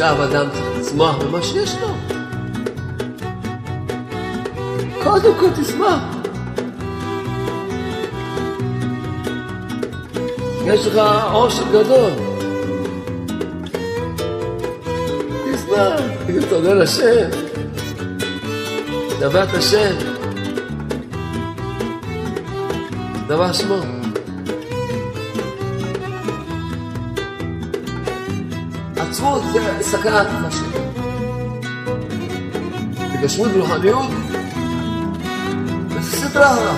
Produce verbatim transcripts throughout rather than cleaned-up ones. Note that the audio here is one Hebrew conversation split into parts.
עכשיו אדם צריך לצמוח במה שיש לו. קודם כל תשמח. יש לך עושר גדול. תשמח. תגיד תודה לשם. דבר את השם. דבר שמו. עצמות זה סכנת משהו. בגשמות ברוחניות זה סדרה הרע.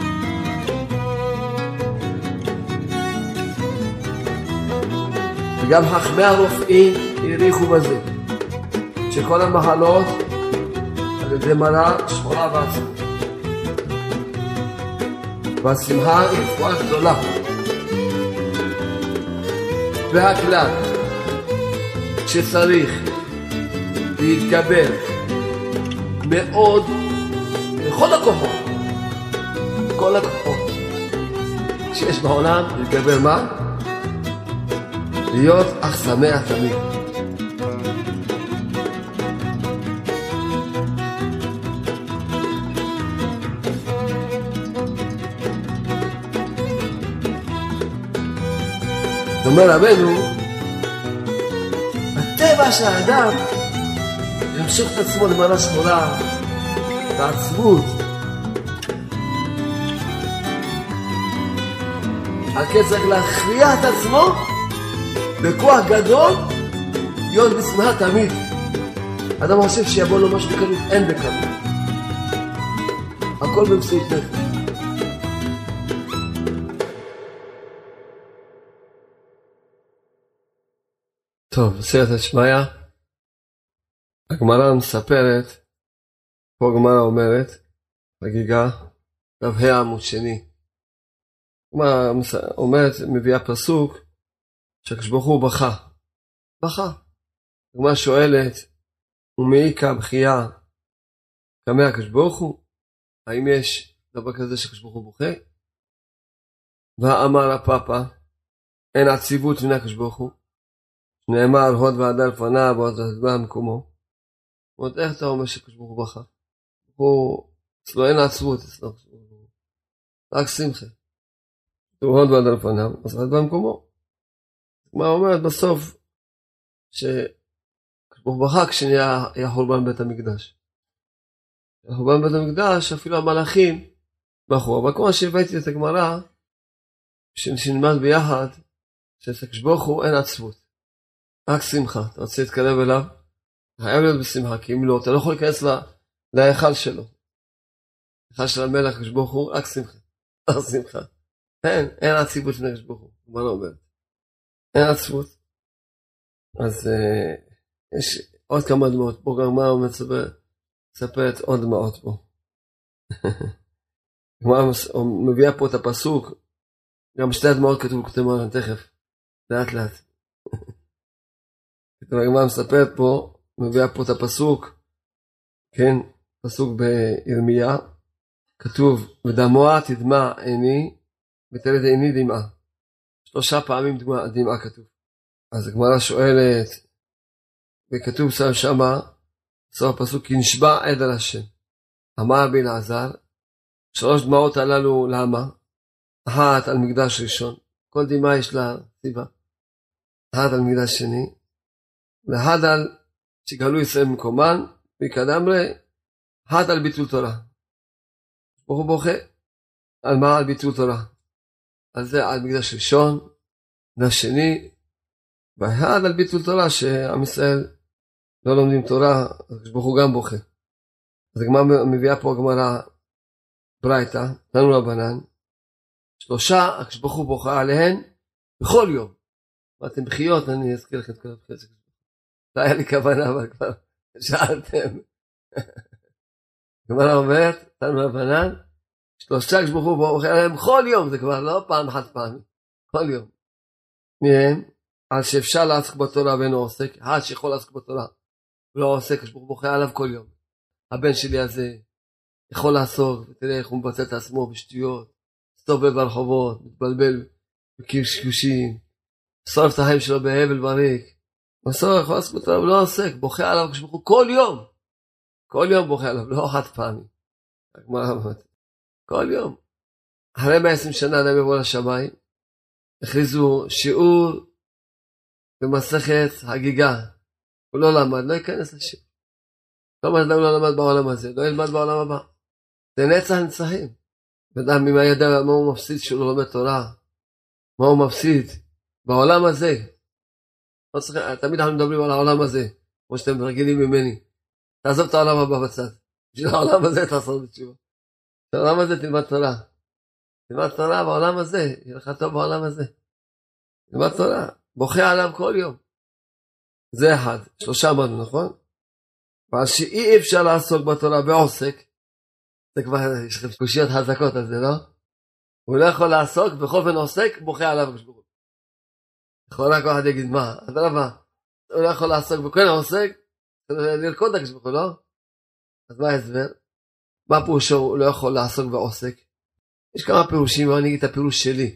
וגם חכמי הרופאים העריכו בזה שכל המחלות על ידי מראה שחורה ועצמות. והשמחה היא רפואה גדולה. והכלל שצריך להתגבר מאוד בכל הכוחות, כל הכוחות שיש בעולם, להתגבר מה? להיות אך שמח תמיד. אומר רבנו, הטבע של האדם ימשוך את עצמו למעלה שחורה ועצבות. על כן צריך להכריע את עצמו בכוח גדול, להיות בשמחה תמיד. אדם חושב שיבוא לו משהו בקלות, אין בקלות. הכל במציאות נפש. טוב, בסייעתא שמיא, הגמרא מספרת, פה הגמרא אומרת, חגיגה, דף ה' עמוד שני. הגמרא אומרת, מביאה פסוק, שהקדוש ברוך הוא בכה. בכה. הגמרא שואלת, ומעיקה בכייה, כמה הקדוש ברוך הוא? האם יש דבר כזה שהקדוש ברוך הוא בוכה? ואמר הפאפה, אין עציבות מן הקדוש ברוך הוא. נאמר הוד ועדה לפניו והוד ועדה במקומו. זאת אומרת, איך אתה אומר שקדוש ברוך הוא בכה? הוא, אצלו אין עצבות, אצלו רק שמחה. הוא הוד ועדה לפניו, אז ועדה במקומו. מה אומרת בסוף שקדוש ברוך הוא בכה כשנהיה חורבן בית המקדש. חורבן בית המקדש אפילו המלאכים בכו. אבל כמו שהבאתי את הגמרא שנלמד ביחד, שקדוש ברוך הוא אין עצבות. רק שמחה, אתה רוצה להתקרב אליו, חייב להיות בשמחה, כי אם לא, אתה לא יכול להיכנס להיכל שלו. להיכל של המלך, הקדוש ברוך הוא, רק שמחה. רק שמחה. אין, אין עצבות לפני הקדוש ברוך הוא. מה לא אומר? אין עצבות. אז אה, יש עוד כמה דמעות. פה גם מה הוא מספרת עוד דמעות פה. הוא מביא פה את הפסוק, גם שתי הדמעות כתוב, כתוב מרן תכף, לאט לאט. הגמרא מספרת פה, מביאה פה את הפסוק, כן, פסוק בירמיה, כתוב, ודמעה תדמע עיני, ותלד עיני דמעה. שלושה פעמים דמעה, דמעה כתוב. אז הגמרא שואלת, וכתוב שם שמה, בסוף הפסוק, כי נשבע עד על השם. אמר בן עזר, שלוש דמעות הללו, למה? אחת על מקדש ראשון, כל דמעה יש לה סיבה. אחת על מקדש שני, ואחד על שגלו ישראל במקומן, וכדאמרי, אחד על ביטול תורה. ברוך הוא בוכה, על מה? על ביטול תורה. על זה על מקדש ראשון, והשני, ואחד על ביטול תורה, שעם ישראל לא לומדים תורה, אז ברוך הוא גם בוכה. אז הגמרא מביאה פה הגמרא ברייתא, תנו רבנן, שלושה, כשברוך הוא בוכה עליהן, בכל יום. ואתם בחיות, אני אזכיר לכם את כל הבחיות. לא היה לי כוונה, אבל כבר שאלתם. גמרא אומרת, תנו רבנן, שלושה כשברוך הוא בוכה עליהם כל יום, זה כבר לא פעם אחת פעם, כל יום. מהם, על שאפשר לעסוק בתורה ואינו עוסק, אחד שיכול לעסוק בתורה, ולא עוסק, כשברוך הוא בוכה עליו כל יום. הבן שלי הזה יכול לעסוק, ותראה איך הוא מבצע את עצמו בשטויות, סתובב ברחובות, מתבלבל בקשקושים, שורף את החיים שלו בהבל וריק. מסור יכול לעסוק בתורה, הוא לא עוסק, בוכה עליו כשבחו כל יום. כל יום בוכה עליו, לא חד פעמי. כל יום. אחרי מאה ועשרים שנה אדם יבוא לשמיים, הכריזו שיעור במסכת חגיגה. הוא לא למד, לא ייכנס לשיעור. כל מה שאדם לא למד בעולם הזה, לא ילמד בעולם הבא. זה נצח נצחים. ואדם ממה ידע מה הוא מפסיד שהוא לא לומד תורה, מה הוא מפסיד בעולם הזה. לא צריך, תמיד אנחנו מדברים על העולם הזה, כמו שאתם רגילים ממני. תעזוב את העולם הבא בצד. בשביל העולם הזה תעשו בתשובה. בעולם הזה תלמד תורה. תלמד תורה בעולם הזה, יהיה לך טוב בעולם הזה. תלמד תורה, בוכה עליו כל יום. זה אחד, שלושה אמרנו, נכון? ועל שאי אפשר לעסוק בתורה בעוסק, זה כבר, יש לכם קושיות חזקות על זה, לא? הוא לא יכול לעסוק, בכל אופן עוסק, בוכה עליו כשבורות. יכול רק אחד יגיד, מה? אז למה? הוא לא יכול לעסוק בכן עוסק, לרקוד כשבורות, לא? אז מה ההסבר? מה פירושו הוא לא יכול לעסוק בעוסק? יש כמה פירושים, אבל אני אגיד את הפירוש שלי.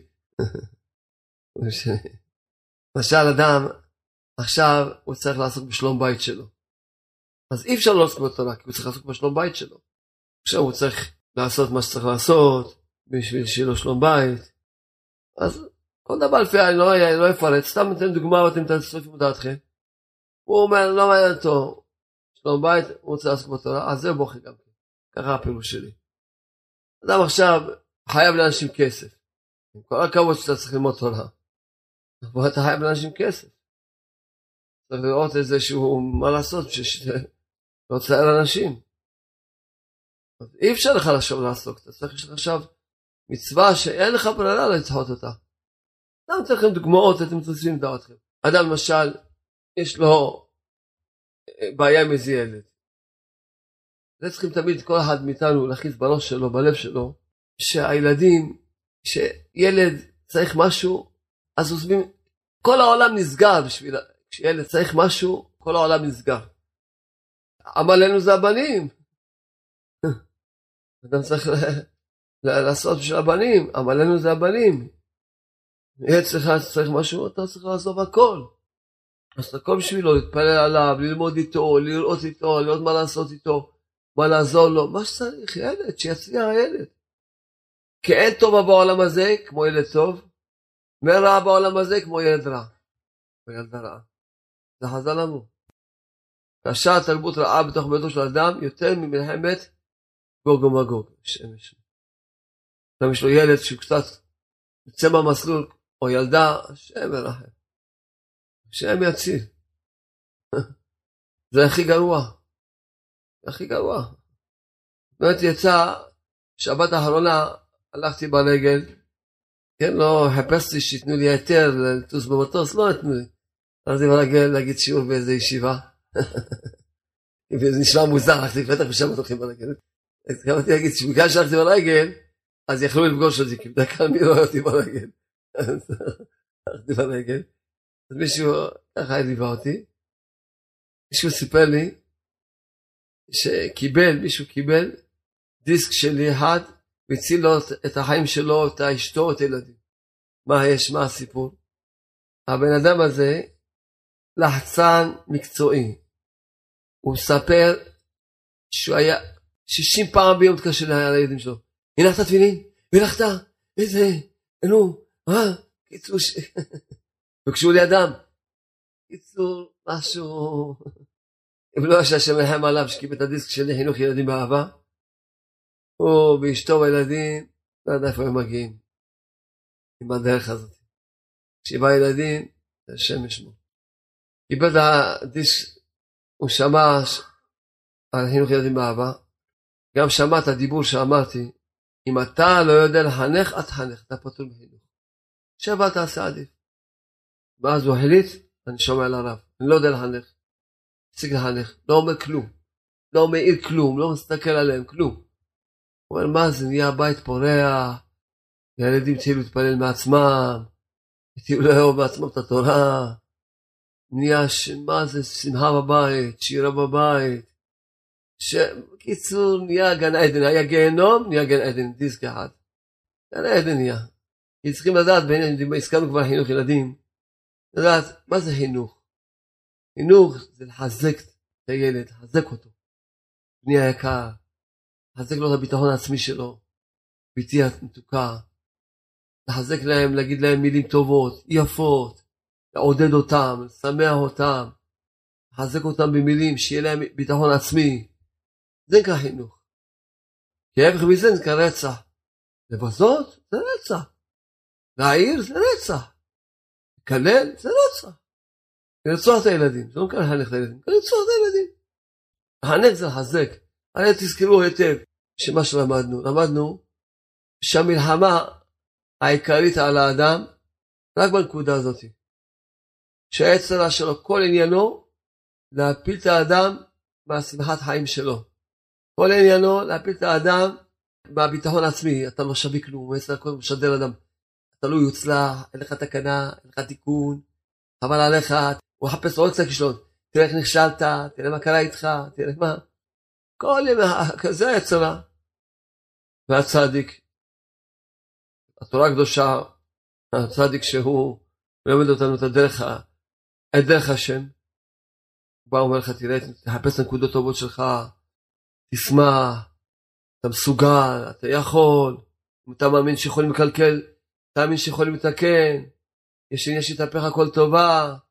למשל אדם, עכשיו הוא צריך לעסוק בשלום בית שלו. אז אי אפשר לא לעסוק בתורה, כי הוא צריך לעסוק בשלום בית שלו. עכשיו הוא צריך לעשות מה שצריך לעשות, בשביל שיהיה לו שלום בית. אז כל דבר לפי אני לא, לא אפרט, סתם נותן דוגמה ואתם תצטרפו דעתכם. הוא אומר, לא מעניין אותו, שלום בית, הוא רוצה לעסוק בתורה, אז זה בוכה גם כן. ככה הפירוש שלי. אדם עכשיו חייב לאנשים כסף. עם כל הכבוד שאתה צריך ללמוד תורה. אבל אתה חייב לאנשים כסף. צריך לראות איזשהו מה לעשות בשביל לא צייר אנשים. אז אי אפשר לך לשוב לעסוק. אתה צריך עכשיו מצווה שאין לך ברירה לדחות אותה. אדם צריך לכם דוגמאות, אתם תוצאים דעתכם. אדם למשל, יש לו בעיה עם איזה ילד. זה צריכים תמיד כל אחד מאיתנו להכניס בראש שלו, בלב שלו, שהילדים, שילד צריך משהו, אז עוזבים, כל העולם נסגר בשביל, כשילד צריך משהו, כל העולם נסגר. עמלנו זה הבנים. אדם צריך לעשות בשביל הבנים, עמלנו זה הבנים. ילד צריך, צריך משהו, אתה צריך לעזוב הכל. אז הכל בשבילו, להתפלל עליו, ללמוד איתו, לראות איתו, לראות מה לעשות איתו. מה לעזור לו, מה שצריך, ילד, שיצליח הילד. כי אין טוב בעולם הזה כמו ילד טוב, מרע בעולם הזה כמו ילד רע. כמו ילד רע. זה חז"ל אמרו. כאשר תרבות רעה בתוך ביתו של אדם, יותר ממלחמת גוג ומגוג. שמש. גם יש לו ילד שהוא קצת יוצא מהמסלול, או ילדה, השם ירחם. השם יציל. זה הכי גרוע. הכי גרוע. באמת יצא, שבת האחרונה הלכתי ברגל, כן, לא חפשתי שיתנו לי היתר לטוס במטוס, לא נתנו לי. הלכתי ברגל להגיד שיעור באיזה ישיבה. זה נשמע מוזר, הלכתי פתח ושם הולכים ברגל. התכוונתי להגיד שבגלל שהלכתי ברגל, אז יכלו לפגוש אותי, כי בדרך כלל מי רואה אותי ברגל. הלכתי ברגל. אז מישהו, ככה ליווה אותי, מישהו סיפר לי, שקיבל, מישהו קיבל דיסק שלי אחד, והציל לו את החיים שלו, את אשתו, את הילדים. מה יש, מה הסיפור? הבן אדם הזה, לחצן מקצועי. הוא מספר שהוא היה שישים פעם ביום מתקשר לילדים שלו. הנחת תפילין, הנחת, איזה, נו, אה, קיצור, וכשהוא לידם, קיצור, משהו, אם לא שהשם ירחם עליו שקיבל את הדיסק שלי חינוך ילדים באהבה, הוא ואשתו וילדים, לא יודע איפה הם מגיעים, עם הדרך הזאת. שבעה ילדים, השם ישמו. קיבל את הדיסק, הוא שמע על חינוך ילדים באהבה, גם שמע את הדיבור שאמרתי, אם אתה לא יודע לחנך, את חנך, אתה פתור בחינוך. שבע תעשה עדיף. ואז הוא החליט, אני שומע לרב, אני לא יודע לחנך. תפסיק לחנך, לא אומר כלום, לא מעיר כלום, לא מסתכל עליהם, כלום. הוא אומר, מה זה, נהיה בית פורח, הילדים התחילו להתפלל מעצמם, התחילו לאהוב מעצמם את התורה, נהיה, מה זה, שמחה בבית, שירה בבית, קיצור, נהיה גן עדן, היה גיהנום, נהיה גן עדן, דיסק אחד. גן עדן נהיה. כי צריכים לדעת, הזכרנו כבר חינוך ילדים, לדעת, מה זה חינוך? חינוך זה לחזק את הילד, לחזק אותו. בני היקר, לחזק לו את הביטחון העצמי שלו, ביתי המתוקה, לחזק להם, להגיד להם מילים טובות, יפות, לעודד אותם, לשמח אותם, לחזק אותם במילים, שיהיה להם ביטחון עצמי. זה נקרא חינוך. כי ההפך מזה נקרא רצח. לבזות זה רצח. להעיר זה רצח. לקלל זה רצח. לרצוח את הילדים, זה לא נקרא לחנך את הילדים, לרצוח את הילדים. לחנך זה לחזק. הרי תזכרו היטב שמה שלמדנו, למדנו שהמלחמה העיקרית על האדם רק בנקודה הזאת. שהיצר שלו כל עניינו להפיל את האדם מהשמחת חיים שלו. כל עניינו להפיל את האדם מהביטחון עצמי. אתה לא שווה כלום, היצר הכל משדר אדם. אתה לא יוצלח, אין לך תקנה, אין לך תיקון, חבל עליך, הוא מחפש עוד קצת כישלון. תראה איך נכשלת, תראה מה קרה איתך, תראה מה. כל ימי, זה היצרה. והצדיק, התורה הקדושה, הצדיק שהוא מלמד אותנו את הדרך, את דרך השם. הוא בא ואומר לך, תראה, תחפש את הנקודות טובות שלך, תשמח, אתה מסוגל, אתה יכול, אם אתה מאמין שיכולים לקלקל, תאמין שיכולים לתקן, יש עניין שיתהפך הכל טובה.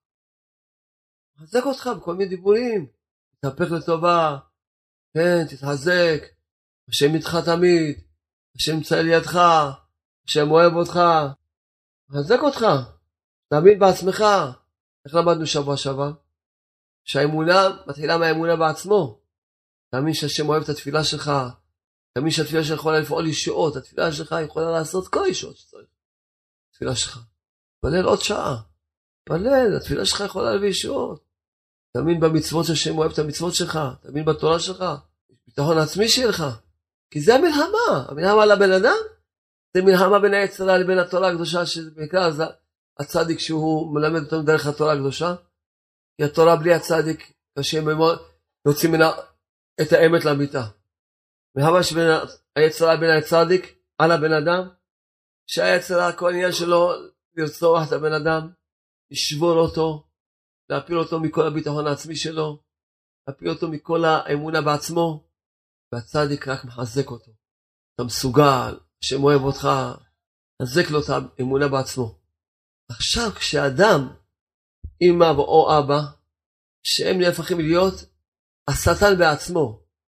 תחזק אותך בכל מיני דיבורים, תתהפך לטובה, כן, תתחזק, השם איתך תמיד, השם נמצא לידך, השם אוהב אותך, תחזק אותך, תאמין בעצמך. איך למדנו שבוע שבוע? שהאמונה מתחילה מהאמונה בעצמו. תאמין שהשם אוהב את התפילה שלך, תאמין שהתפילה שלך יכולה לפעול ישועות, התפילה שלך יכולה לעשות כל ישועות שצריך. התפילה שלך. פלל עוד שעה. פלל, התפילה שלך יכולה להביא ישועות. תאמין במצוות שהשם אוהב את המצוות שלך, תאמין בתורה שלך, ביטחון עצמי שלך. כי זה המלחמה, המלחמה על הבן אדם, זה מלחמה בין היצרה לבין התורה הקדושה, שבעיקר זה הצדיק שהוא מלמד אותנו דרך התורה הקדושה, כי התורה בלי הצדיק, קשה מאוד, יוצאים מן את האמת לאמיתה. מלחמה שבין היצרה בין הצדיק על הבן אדם, שהיצרה כל עניין שלו לרצוח את הבן אדם, לשבור אותו, להפיל אותו מכל הביטחון העצמי שלו, להפיל אותו מכל האמונה בעצמו, והצדיק רק מחזק אותו. אתה מסוגל, השם אוהב אותך, מחזק לו את האמונה בעצמו. עכשיו כשאדם, אמא או אבא, שהם נהפכים להיות השטן בעצמו,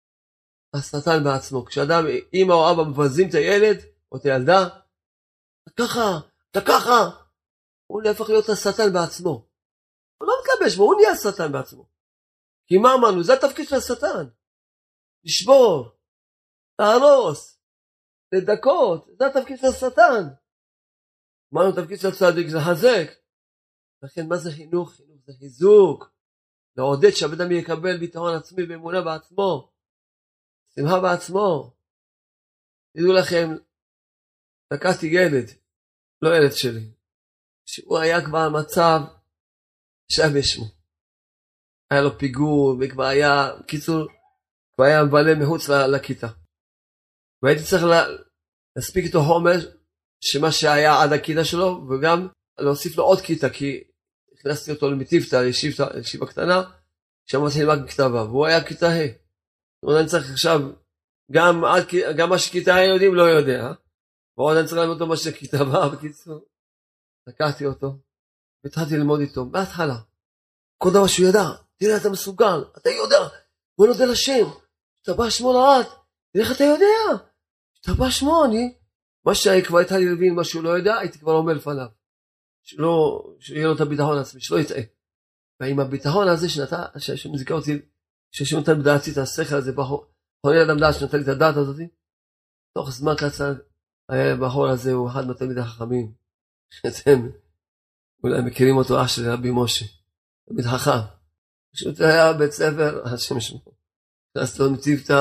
השטן בעצמו. כשאדם, אמא או אבא מבזים את הילד או את הילדה, אתה ככה, אתה ככה, הוא נהפך להיות השטן בעצמו. הוא לא מתלבש בו, הוא נהיה השטן בעצמו. כי מה אמרנו? זה התפקיד של השטן. לשבור, להרוס, לדקות, זה התפקיד של השטן. אמרנו, התפקיד של הצדיק זה לחזק. לכן מה זה חינוך? חינוך זה חיזוק. לעודד שהאדם יקבל ביטחון עצמי ואמונה בעצמו. שמחה בעצמו. תדעו לכם, לקחתי ילד, לא ילד שלי, שהוא היה כבר מצב שם ישמו. היה לו פיגור, וכבר היה, קיצור, כבר היה מבלה מחוץ לכיתה. והייתי צריך להספיק איתו חומר, שמה שהיה עד הכיתה שלו, וגם להוסיף לו עוד כיתה, כי הכנסתי אותו למטיבתא, לישיבה קטנה, שם מתחיל רק בכיתה ו', והוא היה כיתה ה'. זאת אומרת, אני צריך עכשיו, גם, גם מה שכיתה ה' יודעים לא יודע, ועוד אני צריך ללמוד אותו מה שכיתה ו', בקיצור. לקחתי אותו, והתחלתי ללמוד איתו, בהתחלה. כל דבר שהוא ידע, תראה אתה מסוגל, אתה יודע, בוא נודה לשם, שתבע שמו לעד, תראה איך אתה יודע, שתבע שמו, אני, מה שכבר התחלתי להבין, מה שהוא לא יודע, הייתי כבר אומר לפניו, שלא, שיהיה לו את הביטחון העצמי, שלא יטעה. ועם הביטחון הזה שנתה, שמזיקה אותי, שנתן בדעתי את השכל הזה, חוני אדם דעת שנתן לי את הדעת הזאת, תוך זמן קצר, היה בחור הזה, הוא אחד מהתלמידי החכמים, שאתם אולי מכירים אותו, אח של רבי משה, תלמיד חכם, פשוט היה בית ספר, השם שמו, נכנסתי לו מציבתא,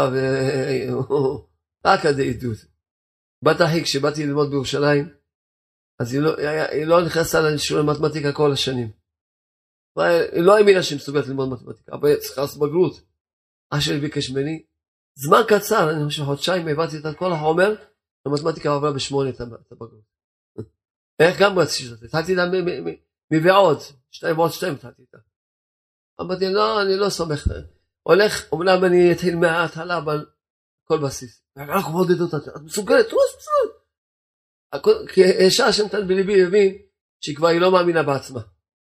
רק עדי עדות. בת אחי, כשבאתי ללמוד בירושלים, אז היא לא, היא לא נכנסה לשיעור מתמטיקה כל השנים. היא לא האמינה שהיא מסוגלת ללמוד מתמטיקה, אבל צריכה לעשות בגרות. אח שלי ביקש ממני, זמן קצר, אני חושב חודשיים, הבאתי את כל החומר, המתמטיקה עברה בשמונה את הבגרות. איך גם רציתי שתת, התחלתי איתה מבעוד, שתיים ועוד שתיים התחלתי איתה. אמרתי, לא, אני לא סומך. הולך, אומנם אני אתחיל מההתחלה, אבל כל בסיס. רק מודד אותה, את מסוגלת, הוא מסוגלת. כי האישה שנתן בליבי הבין, שהיא כבר היא לא מאמינה בעצמה.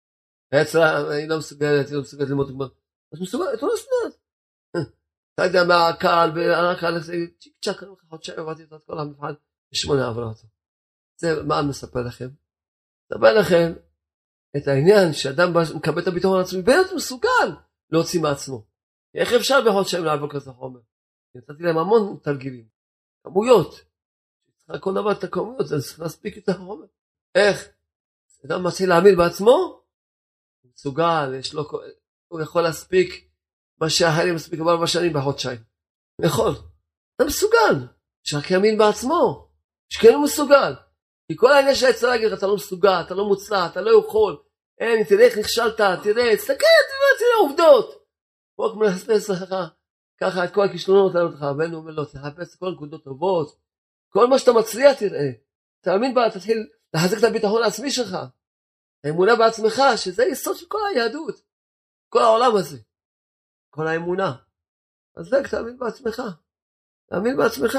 היצרה, היא לא מסוגלת, היא לא מסוגלת ללמוד גמרא. אז מסוגלת, הוא לא מסוגלת. אתה יודע מה, הקהל, והקהל, צ'יק צ'ק, חודשיים עברתי את כל המבחן, ושמונה עברה אותו. זה מה אני מספר לכם? מספר לכם את העניין שאדם מקבל את הביטחון העצמי, באמת מסוגל להוציא מעצמו. איך אפשר בחודשיים לעבור כזה חומר? נתתי להם המון תרגילים, כמויות. צריך כל דבר את הכמויות, זה צריך להספיק את החומר. איך? אדם מתחיל להאמין בעצמו, הוא מסוגל, יש לו, הוא יכול להספיק מה שהאחרים מספיק כבר בשנים בחודשיים. הוא יכול. אתה מסוגל, שרק יאמין בעצמו, שכן הוא מסוגל. כי כל העניין שהיצרה להגיד, אתה לא מסוגל, אתה לא מוצלח, אתה לא יכול, אין, תראה איך נכשלת, תראה, תסתכל, תראה, תראה עובדות. הוא רק מנספס לך, ככה את כל הכישלונות על אותך, ואין הוא אומר לו, תחפש כל נקודות טובות, כל מה שאתה מצליח תראה, תאמין בה, תתחיל לחזק את הביטחון העצמי שלך, האמונה בעצמך, שזה יסוד של כל היהדות, כל העולם הזה, כל האמונה, אז זה, תאמין בעצמך, תאמין בעצמך.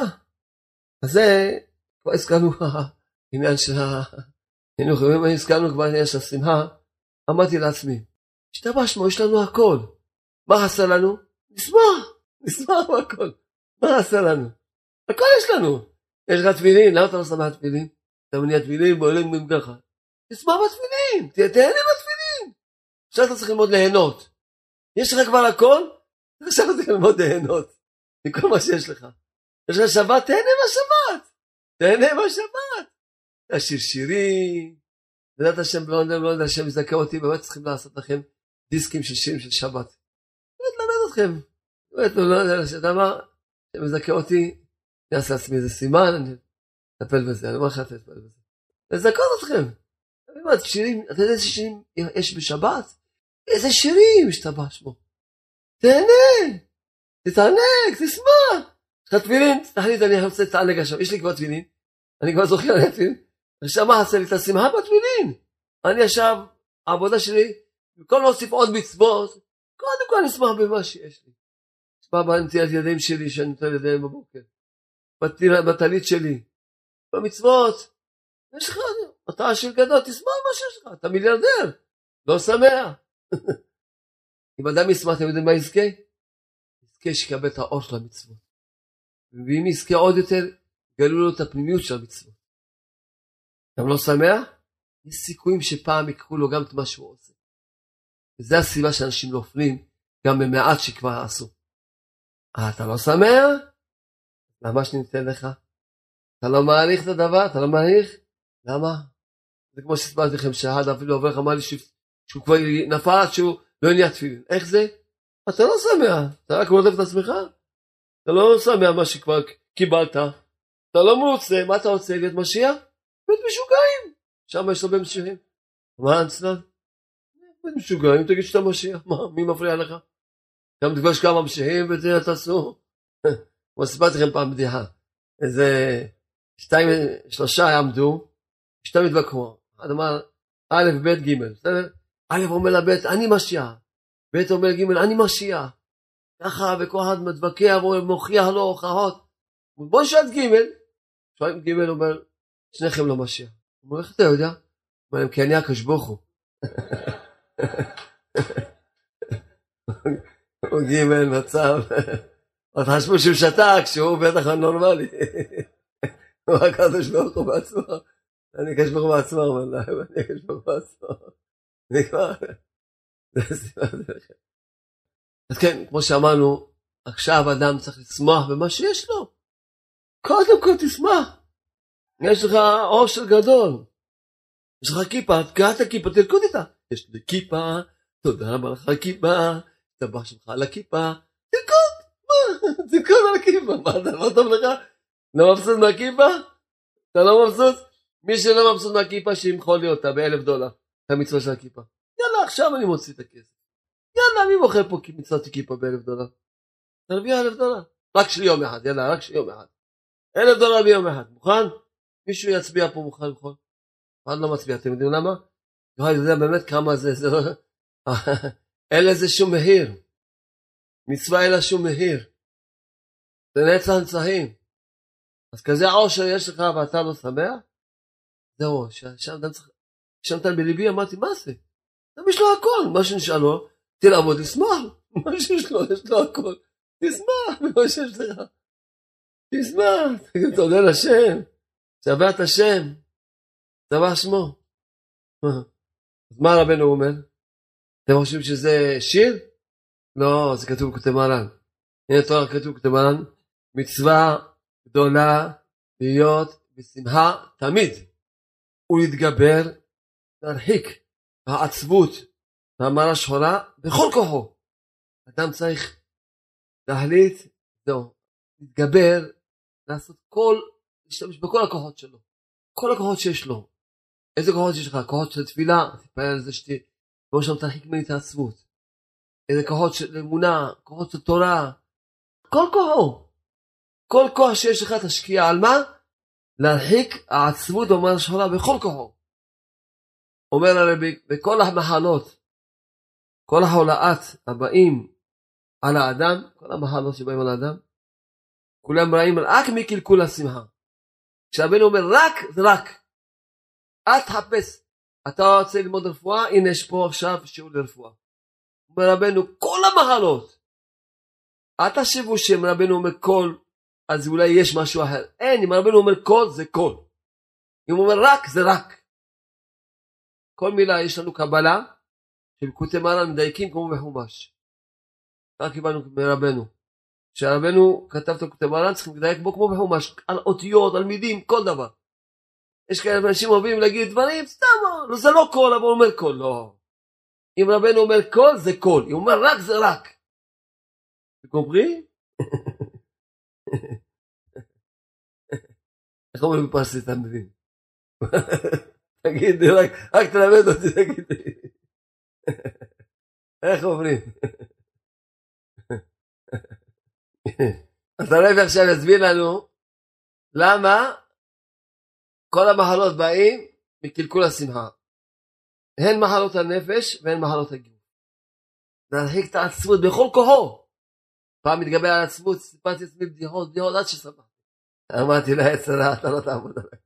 אז זה, כבר הזכרנו העניין של החינוך, אם הזכרנו כבר העניין של השמחה, אמרתי לעצמי, השתבש מו, יש לנו הכל, מה עשה לנו? נשמח, נשמח הכל, מה עשה לנו? הכל יש לנו. יש לך תפילין, למה אתה לא שמח תפילין? אתה מניע תפילין, בועלים ממגחה. תשמח בתפילין, תהנה בתפילין. עכשיו אתה צריך ללמוד ליהנות. יש לך כבר הכל, עכשיו אתה צריך ללמוד ליהנות. מכל מה שיש לך. יש לך שבת, תהנה בשבת. תהנה בשבת. תשיר שירים. לדעת השם, לא יודע, לא יודע, השם יזכה אותי, באמת צריכים לעשות לכם דיסקים של שירים של שבת. באמת למד אתכם. באמת, לא יודע, שאתה מה, השם יזכה אותי, אני אעשה לעצמי איזה סימן, אני אטפל בזה, אני אומר לך אטפל בזה. לזכות אתכם. אני אומר, שירים, אתה יודע איזה שירים יש בשבת? איזה שירים השתבש בו. תהנה, תתענג, תשמח. יש לך תפילין, תחליט, אני רוצה להתענג עכשיו, יש לי כבר תפילין, אני כבר זוכר על התפילין, עכשיו מה עשה לי את השמחה בתפילין? אני עכשיו, העבודה שלי, במקום להוסיף עוד מצוות, קודם כל אני אשמח במה שיש לי. אשמח בנטיית ידיים שלי, שאני נוטל ידיים בבוקר. בטלית שלי, במצוות, יש לך, אתה עשיר גדול, תשמח מה שיש לך, אתה מיליארדר, לא שמח. אם אדם ישמח, אתם יודעים מה יזכה? יזכה שיקבל את האור של המצוות. ואם יזכה עוד יותר, גלו לו את הפנימיות של המצוות. גם לא שמח? יש סיכויים שפעם יקחו לו גם את מה שהוא עושה. וזו הסיבה שאנשים נופלים, גם במעט שכבר עשו. אה, אתה לא שמח? למה שניתן לך? אתה לא מעריך את הדבר? אתה לא מעריך? למה? זה כמו שספרתי לכם שהד אפילו עובר לך אמר לי שהוא כבר נפל שהוא לא הניע תפילין. איך זה? אתה לא שמח. אתה רק מודף את עצמך? אתה לא שמח מה שכבר קיבלת. אתה לא מרוצה. מה אתה רוצה? להיות משיח? בית משוגעים. שם יש הרבה משיחים. מה אצלן? בית משוגעים. תגיד שאתה משיח. מה? מי מפריע לך? גם תפגש כמה משיחים וזה תעשו. כמו סיפרתי לכם פעם בדיחה, איזה שתיים, שלושה עמדו, שתיים התווכחו, אחד אמר א', ב', ג', בסדר? א' אומר לב', אני משיח, ב' אומר ג', אני משיח, ככה וכל אחד מתווכח, מוכיח לו הוכחות, בוא נשאל ג', שואלים ג' אומר, שניכם לא משיח, הוא אומר, איך אתה יודע? הוא אומר, כי אני הקדוש ברוך הוא. הוא ג' מצב, עוד חשבו שהוא שתק, שהוא בטח נורמלי. הוא הקדוש ברוך הוא בעצמו. אני הקדוש ברוך הוא בעצמו, אני הקדוש ברוך הוא בעצמו. אני כבר... זה סיבה דרך. אז כן, כמו שאמרנו, עכשיו אדם צריך לשמוח במה שיש לו. קודם כל תשמח. יש לך אושר גדול. יש לך כיפה, תקרא את הכיפה, תרקוד איתה. יש לי כיפה, תודה רבה לך על הכיפה, תבח שלך על הכיפה, תרקוד. תרקוד על הכיפה, מה אתה לא טוב לך? לא מבסוט מהכיפה? אתה לא מבסוט? מי שלא מבסוט מהכיפה שימחול לי אותה באלף דולר, את המצווה של הכיפה. יאללה, עכשיו אני מוציא את הכסף. יאללה, מי מוכר פה מצוות כיפה באלף דולר? תרוויח אלף דולר. רק של יום אחד, יאללה, רק של יום אחד. אלף דולר ביום אחד, מוכן? מישהו יצביע פה מוכן, מוכן? אחד לא מצביע, אתם יודעים למה? יוכל יודע באמת כמה זה, זה לא... אין לזה שום מחיר. מצווה אין לה שום מחיר. זה נצח נצחים. אז כזה עושר יש לך ואתה לא שמח? זהו, שם אדם צריך... שמת בליבי, אמרתי, מה זה? אדם יש לו הכל, מה שנשאל לו, תלעבוד, תשמח. מה שיש לו, יש לו הכל. תשמח במה שיש לך. תשמח, תגיד תודה לשם. שווה את השם. צבא שמו. אז מה רבנו אומר? אתם חושבים שזה שיר? לא, זה כתוב בכתב מרן. הנה תורה כתוב בכתב מרן, מצווה גדולה להיות בשמחה תמיד, ולהתגבר, להרחיק העצבות והמרה שחורה בכל כוחו. אדם צריך להחליט, זהו, להתגבר, לעשות כל, להשתמש בכל הכוחות שלו, כל הכוחות שיש לו. איזה כוחות יש לך? כוחות של תפילה, תתפלל על זה שתי, בואו שם תרחיק ממני את העצבות. איזה כוחות של אמונה, כוחות של תורה, כל כוחו. כל כוח שיש לך תשקיע על מה? להרחיק העצבות והמרה שחורה בכל כוחו. אומר הרבי, בכל המחלות, כל החולאות הבאים על האדם, כל המחלות שבאים על האדם, כולם רעים רק מקלקול השמחה. כשהבן אומר רק, זה רק. אל תחפש. אתה רוצה ללמוד רפואה, הנה יש פה עכשיו שיעור לרפואה. אומר רבנו, כל המחלות. אל תחשבו שאם רבנו אומר כל, אז אולי יש משהו אחר. אין, אם רבנו אומר כל, זה כל. אם הוא אומר רק, זה רק. כל מילה יש לנו קבלה, שבקוטי מרן מדייקים כמו בחומש. רק קיבלנו מרבנו. כשהרבנו כתב את הקוטי מרן, צריכים לדייק בו כמו בחומש, על אותיות, על מידים, כל דבר. יש כאלה אנשים אוהבים להגיד דברים, סתם, זה לא כל, אבל הוא אומר כל, לא. אם רבנו אומר כל, זה כל. אם הוא אומר רק, זה רק. אתה קומפרי? איך אומרים בפרסית, אתה מבין? תגיד, רק תלמד אותי, תגיד. איך אומרים? אז הרב עכשיו יסביר לנו למה כל המחלות באים מקלקול השמחה. הן מחלות הנפש והן מחלות הגוף. להרחיק את העצבות בכל כוחו. פעם מתגבר על העצבות, סיפרתי עצמי בדיחות, בדיחות עד ששמחתי. אמרתי לה, יצרה, אתה לא תעמוד עליי.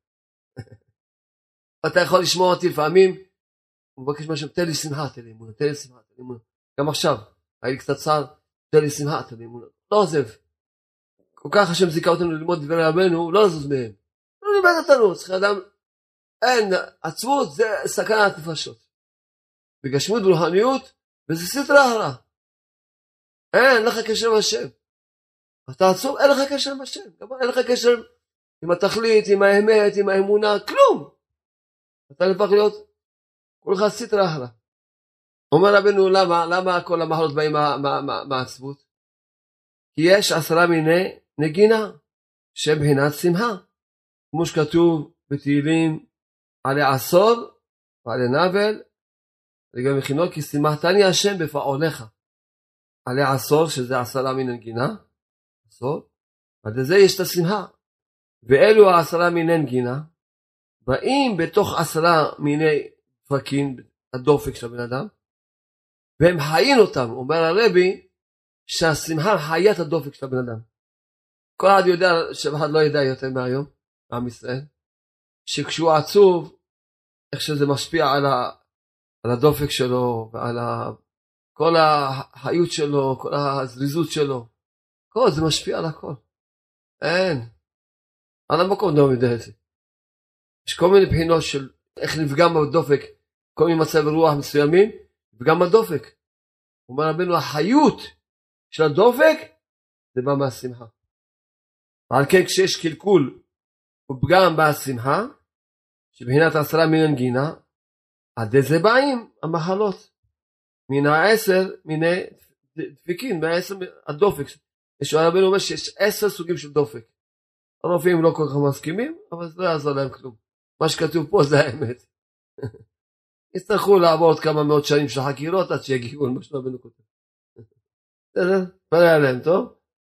אתה יכול לשמוע אותי לפעמים, הוא מבקש משהו, תן לי שמחה, תן לי אמונה, תן לי שמחה, תן לי אמונה. גם עכשיו, היה לי קצת צער, תן לי שמחה, תן לי אמונה. לא עוזב. כל כך השם זיכה אותנו ללמוד דברי רבנו, לא לזוז מהם. לא לימד אותנו, צריך אדם, אין, עצבות זה סכנת נפשות. בגשמות ברוחניות, וזה סטרה הרע. אין לך קשר עם השם. אתה עצוב, אין לך קשר עם השם. אין לך קשר עם התכלית, עם האמת, עם האמונה, כלום. אתה נפך להיות, כולך סטרה הרע. אומר רבנו, למה, למה כל המחלות באים מהעצבות? כי יש עשרה מיני נגינה, שבחינת שמחה. כמו שכתוב בתהילים, עלי עשור ועלי נבל, וגם מכינו כי שימחתני השם בפעולך. עלי עשור, שזה עשרה מיני נגינה, עשור, ועד לזה יש את השמחה. ואלו העשרה מיני נגינה, באים בתוך עשרה מיני דפקים, הדופק של הבן אדם, והם חיים אותם. אומר הרבי, שהשמחה חיה את הדופק של הבן אדם. כל אחד יודע, שאחד לא ידע יותר מהיום, עם ישראל, שכשהוא עצוב, איך שזה משפיע על, ה, על הדופק שלו, ועל ה, כל החיות שלו, כל הזריזות שלו, כל זה משפיע על הכל. אין. על המקום לא יודע את זה. יש כל מיני בחינות של איך נפגם בדופק, כל מיני מצב רוח מסוימים, וגם הדופק. הוא אומר רבנו, החיות של הדופק, זה בא מהשמחה. ועל כן כשיש קלקול, ופגם בהשמחה, שבחינת עשרה מן הנגינה, עד איזה באים המחלות. מן העשר, מיני דפקים, מהעשר הדופק. יש רבנו אומר שיש עשר סוגים של דופק. הרופאים לא כל כך מסכימים, אבל זה לא יעזור להם כלום. מה שכתוב פה זה האמת. יצטרכו לעבור עוד כמה מאות שנים של חקירות, עד שיגיעו על מה שרבנו כותב. בסדר? פרע עליהם, טוב?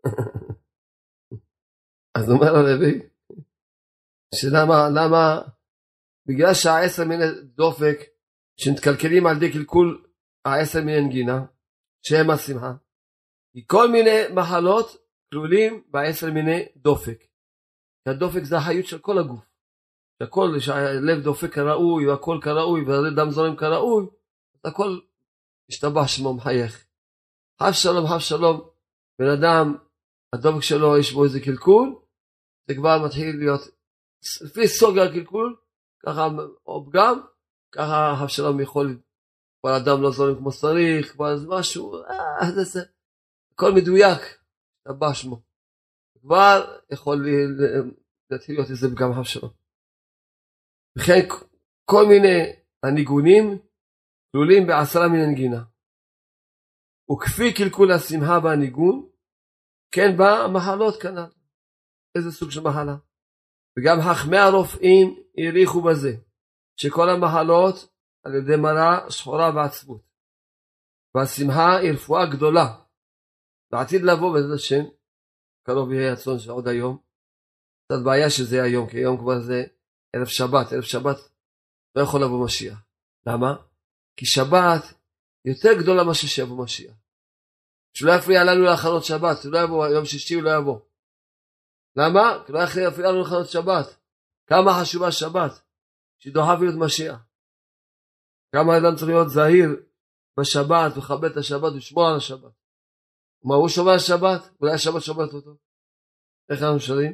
אז אומר הרבי, שלמה, למה, בגלל שהעשר מיני דופק, שמתקלקלים על ידי קלקול העשר מיני נגינה, שהם השמחה. כי כל מיני מחלות כלולים בעשר מיני דופק. הדופק זה החיות של כל הגוף. שהכל, שהלב דופק כראוי, והכל כראוי, והדם זורם כראוי, הכל משתבח שמו מחייך. חף שלום, חף שלום, בן אדם, הדופק שלו יש בו איזה קלקול, זה כבר מתחיל להיות, לפי סוג הקלקול, ככה, או פגם, ככה חף שלום יכול, כל אדם לא זורם כמו צריך, כבר זה משהו, אה, זה זה, הכל מדויק, משתבח שמו. כבר יכול להתחיל להיות איזה פגם חף שלום. וכן כל מיני הניגונים כלולים בעשרה מן הנגינה. וכפי קלקול השמחה והניגון, כן בא המחלות כנ"ל. איזה סוג של מחלה? וגם חכמי הרופאים העריכו בזה, שכל המחלות על ידי מראה שחורה ועצבות. והשמחה היא רפואה גדולה. בעתיד לבוא בעזרת השם, קרוב יהיה רצון שעוד היום. קצת בעיה שזה היום, כי היום כבר זה ערב שבת, ערב שבת לא יכול לבוא משיח. למה? כי שבת יותר גדולה מה שיבוא משיח. שלא יפריע לנו להכנות שבת, לא יבוא, יום שישי הוא לא יבוא. למה? כי לא יפריע לנו להכנות שבת. כמה חשובה שבת, שדוחף להיות משיח. כמה אדם צריך להיות זהיר בשבת, וכבד את השבת, ושמור על השבת. מה, הוא שומע על השבת? אולי השבת שומעת אותו. איך אנחנו שרים?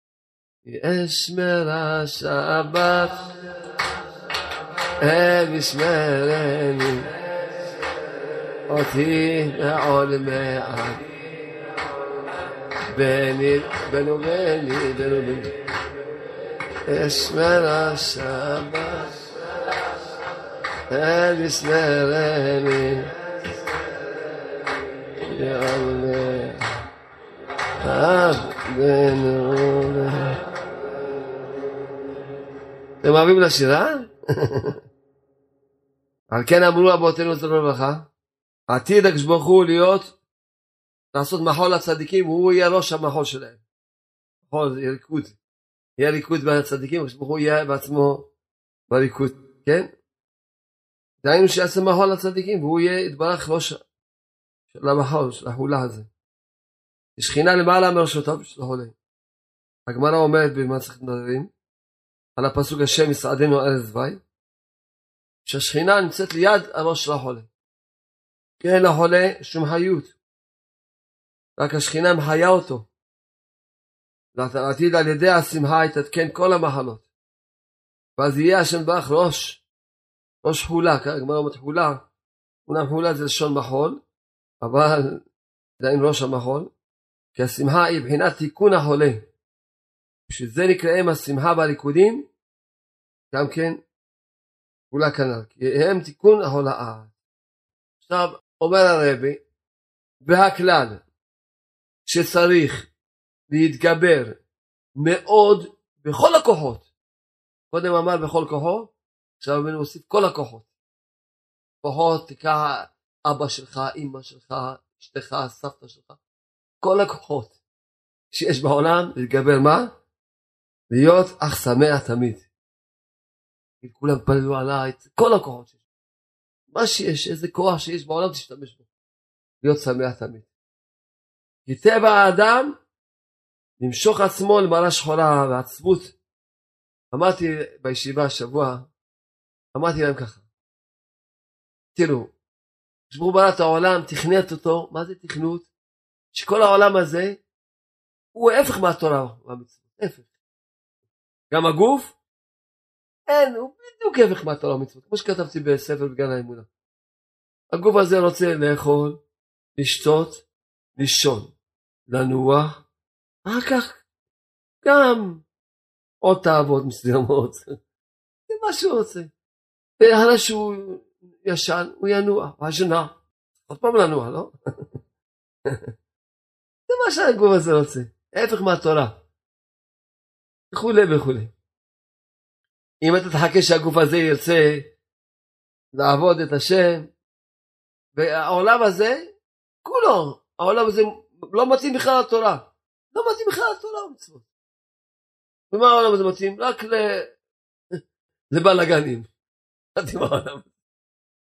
אשמר השבת אל ישמרני אותי מעול מעט בני בנו בני בנו בני אשמר השבת אל ישמרני מעול מעט בנו בני. אתם אוהבים לשירה? על כן אמרו אבותינו זכרונם לברכה, עתיד הקדוש ברוך הוא להיות, לעשות מחול לצדיקים, הוא יהיה ראש המחול שלהם. מחול זה ריקוד. יהיה ריקוד בין הצדיקים, הקדוש ברוך הוא יהיה בעצמו בריקוד. כן? דהיינו שיעשה מחול לצדיקים, והוא יהיה יתברך ראש של המחול, של החולה הזה. שכינה למעלה מראשותיו של החולה. הגמרא אומרת במסכת נדרים, על הפסוק השם יסעדנו ארץ זבי, שהשכינה נמצאת ליד הראש של החולה. כי אין לחולה שום חיות, רק השכינה מחיה אותו. לעתיד על ידי השמחה יתעדכן כל המחלות, ואז יהיה השם ברך ראש, ראש חולה. הגמרא אומרת חולה, אומנם חולה זה לשון מחול, אבל זה עם ראש המחול, כי השמחה היא בחינת תיקון החולה. בשביל זה נקראים השמחה והריקודים, גם כן, כולה כנ"ל, כי הם תיקון ההולאה. עכשיו, אומר הרבי, והכלל, שצריך להתגבר מאוד בכל הכוחות. קודם אמר בכל כוחות, עכשיו אני מוסיף כל הכוחות. כוחות, תקרא אבא שלך, אמא שלך, אשתך, סבתא שלך, כל הכוחות שיש בעולם, להתגבר מה? להיות אך שמח תמיד. כולם פללו עליי, כל הכוחות שיש. מה שיש, איזה כוח שיש בעולם תשתמש בו. להיות שמח תמיד. כי טבע האדם למשוך עצמו למראה שחורה ועצבות. אמרתי בישיבה השבוע, אמרתי להם ככה. תראו, כשברוך ברא את העולם, תכנת אותו, מה זה תכנות? שכל העולם הזה הוא ההפך מהתורה והמצוות. הפך. גם הגוף, אין, הוא בדיוק הפך מהתורה והמצוות. כמו שכתבתי בספר בגן האמונה. הגוף הזה רוצה לאכול, לשתות, לישון, לנוח, אחר כך גם עוד תאוות מסוימות. זה מה שהוא רוצה. ואחרי שהוא ישן, הוא ינוע, הוא ישנה. עוד פעם לנוע, לא? זה מה שהגוף הזה רוצה. ההפך מהתורה. וכולי וכולי. אם אתה תחכה שהגוף הזה ירצה לעבוד את השם, והעולם הזה, כולו, העולם הזה לא מתאים בכלל לתורה. לא מתאים בכלל לתורה ומצוות. ומה העולם הזה מתאים? רק ל... לבלגנים. מתאים העולם.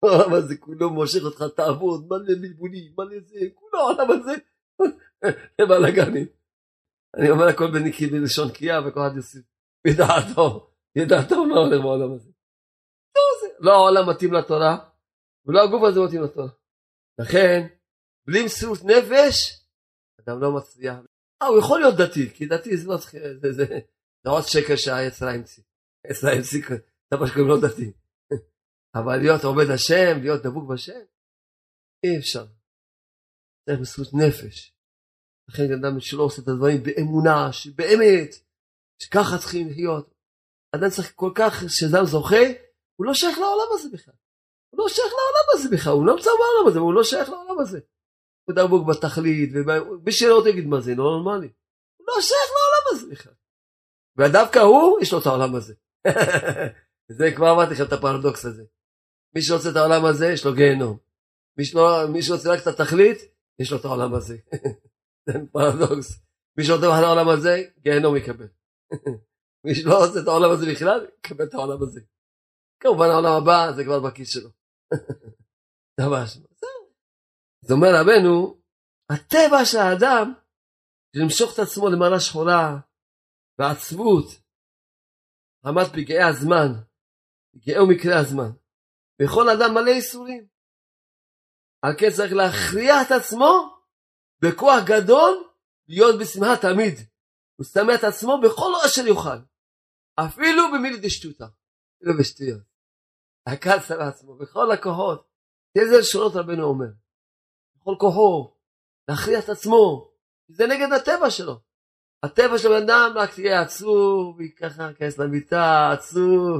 העולם הזה כולו מושך אותך, תעבוד, מלא ליבונים, מלא זה, כולו העולם הזה, הם בלגנים. אני אומר הכל בנקי בלשון קריאה, וכל אחד יוסיף, ידעתו, ידעתו מה הולך בעולם הזה. לא העולם מתאים לתורה, ולא הגוף הזה מתאים לתורה. לכן, בלי מסירות נפש, אדם לא מצליח. אה, הוא יכול להיות דתי, כי דתי זה לא צריך, זה, זה, זה עוד שקר שהיצרה המציא. היצרה המציא, זה מה שקוראים לא דתי. אבל להיות עובד השם, להיות דבוק בשם, אי אפשר. צריך מסירות נפש. לכן אדם שלא עושה את הדברים באמונה, שבאמת, שככה צריכים להיות. אדם צריך כל כך, שאדם זוכה, הוא לא שייך לעולם הזה בכלל. הוא לא שייך לעולם הזה בכלל, הוא לא מצא בעולם הזה, הוא לא שייך לעולם הזה. הוא דבוק בתכלית, ומי שלא תגיד מה זה, לא נורמלי. הוא לא שייך לעולם הזה בכלל. ודווקא הוא, יש לו את העולם הזה. זה כבר אמרתי לכם את הפרדוקס הזה. מי שרוצה את העולם הזה, יש לו גיהנום. מי, שלא, מי שרוצה רק את התכלית, יש לו את העולם הזה. זה פרדוקס. מי שרוצה את העולם הזה, גיהנום יקבל. מי שלא רוצה את העולם הזה בכלל, יקבל את העולם הזה. כמובן העולם הבא, זה כבר בכיס שלו. דבר שלו. זאת אומר רבנו, הטבע של האדם, למשוך את עצמו למעלה שחורה, בעצבות, רמת פגעי הזמן, פגעי ומקרי הזמן. בכל אדם מלא איסורים. על כן צריך להכריע את עצמו, בכוח גדול, להיות בשמחה תמיד. הוא שמה את עצמו בכל אשר יוכל. אפילו במילי דשטותא. אפילו בשטויות. הקל שמה עצמו, בכל הכוחות. תזה לשונות רבנו אומר. בכל כוחו, להכריע את עצמו. זה נגד הטבע שלו. הטבע של אדם רק תהיה עצוב, וככה כנס למיטה, עצוב.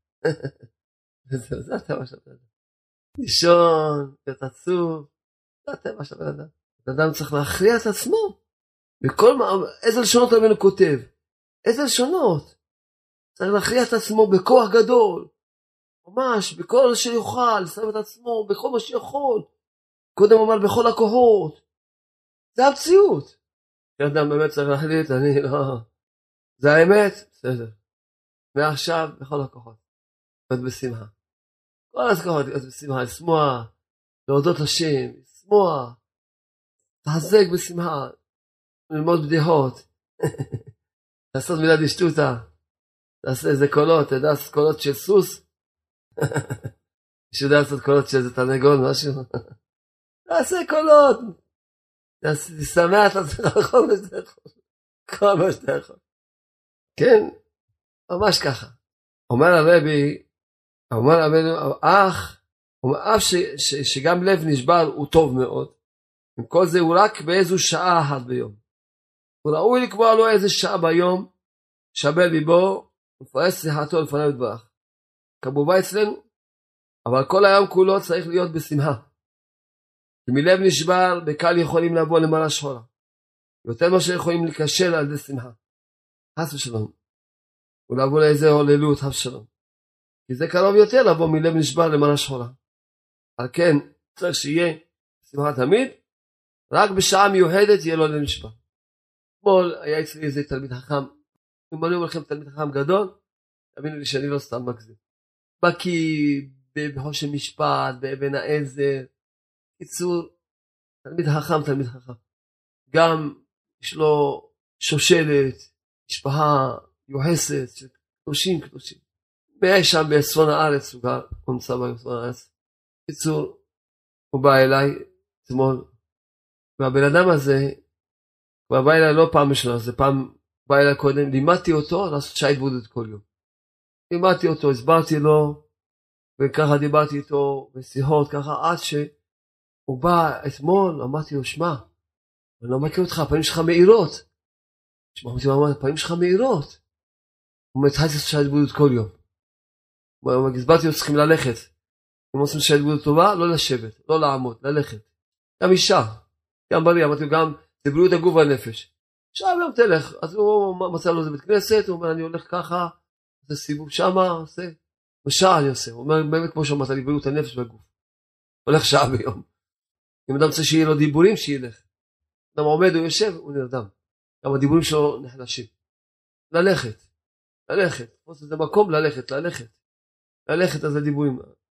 זה הטבע של אדם. לישון, להיות עצוב. זה הטבע של אדם. אדם צריך להכריע את עצמו. בכל מה, איזה לשונות רבנו כותב. איזה לשונות. צריך להכריע את עצמו בכוח גדול. ממש, בכל שיוכל, שם את עצמו, בכל מה שיכול. קודם אמר בכל הכוחות. זה המציאות. כשאדם באמת צריך להחליט, אני לא... זה האמת? בסדר. מעכשיו, בכל הכוחות. להיות בשמחה. כל הכוחות, להיות בשמחה, לשמוע, להודות השם, לשמוע, תחזק בשמחה, ללמוד בדיחות, לעשות מילה דשטותא, תעשה איזה קולות, תדע לעשות קולות של סוס, מישהו יודע לעשות קולות של איזה תרנגול, משהו, תעשה קולות, תשמח את עצמך כל מה שאתה יכול, כל מה שאתה יכול, כן, ממש ככה. אומר הרבי, אומר רבנו, אך, אף ש, ש, שגם לב נשבר הוא טוב מאוד, עם כל זה הוא רק באיזו שעה אחת ביום. הוא ראוי לקבוע לו איזה שעה ביום, שבר ליבו, ופרס שיחתו לפניו יתברך. כמובן אצלנו, אבל כל היום כולו צריך להיות בשמחה. כי מלב נשבר, בקל יכולים לבוא למעלה שחורה. יותר מה שיכולים לקשר על ידי שמחה. חס ושלום. ולבוא לאיזה הוללות, חס ושלום. כי זה קרוב יותר לבוא מלב נשבר למעלה שחורה. על כן, צריך שיהיה שמחה תמיד, רק בשעה מיוחדת יהיה לו לנשבר. אתמול היה אצלי איזה תלמיד חכם, אם אני אומר לכם תלמיד חכם גדול, תבינו לי שאני לא סתם מגזים. בקי בחושן משפט, באבן העזר, קיצור, תלמיד חכם, תלמיד חכם. גם יש לו שושלת, משפחה יוחסת, של קדושים קדושים. והיה שם בצפון הארץ, הוא גר, הוא נמצא בצפון הארץ. קיצור, הוא בא אליי אתמול, והבן אדם הזה, הוא בא אליי לא פעם ראשונה, זה פעם בא אליי קודם, לימדתי אותו לעשות שעה התבודדות כל יום. לימדתי אותו, הסברתי לו, וככה דיברתי איתו בשיחות, ככה עד שהוא בא אתמול, אמרתי לו, שמע, אני לא מכיר אותך, הפנים שלך מאירות. שמע, אמרתי לו, הפנים שלך מאירות. הוא מתחלתי לעשות שעה התבודדות כל יום. הסברתי לו, צריכים ללכת. אם עושים שעה התבודדות טובה, לא לשבת, לא לעמוד, ללכת. גם אישה, גם בריא, אמרתי לו, גם זה בריאות הגוף והנפש. עכשיו גם תלך, אז הוא מצא לו איזה בית כנסת, הוא אומר, אני הולך ככה, עושה סיבוב שמה, עושה, בשעה אני עושה, הוא אומר, באמת כמו שאמרת לי, בריאות הנפש והגוף. הולך שעה ביום. אם אדם צריך שיהיה לו דיבורים, שילך. אדם עומד, הוא יושב, הוא נרדם. גם הדיבורים שלו נחלשים. ללכת, ללכת, זה מקום ללכת, ללכת. ללכת, אז הדיבורים.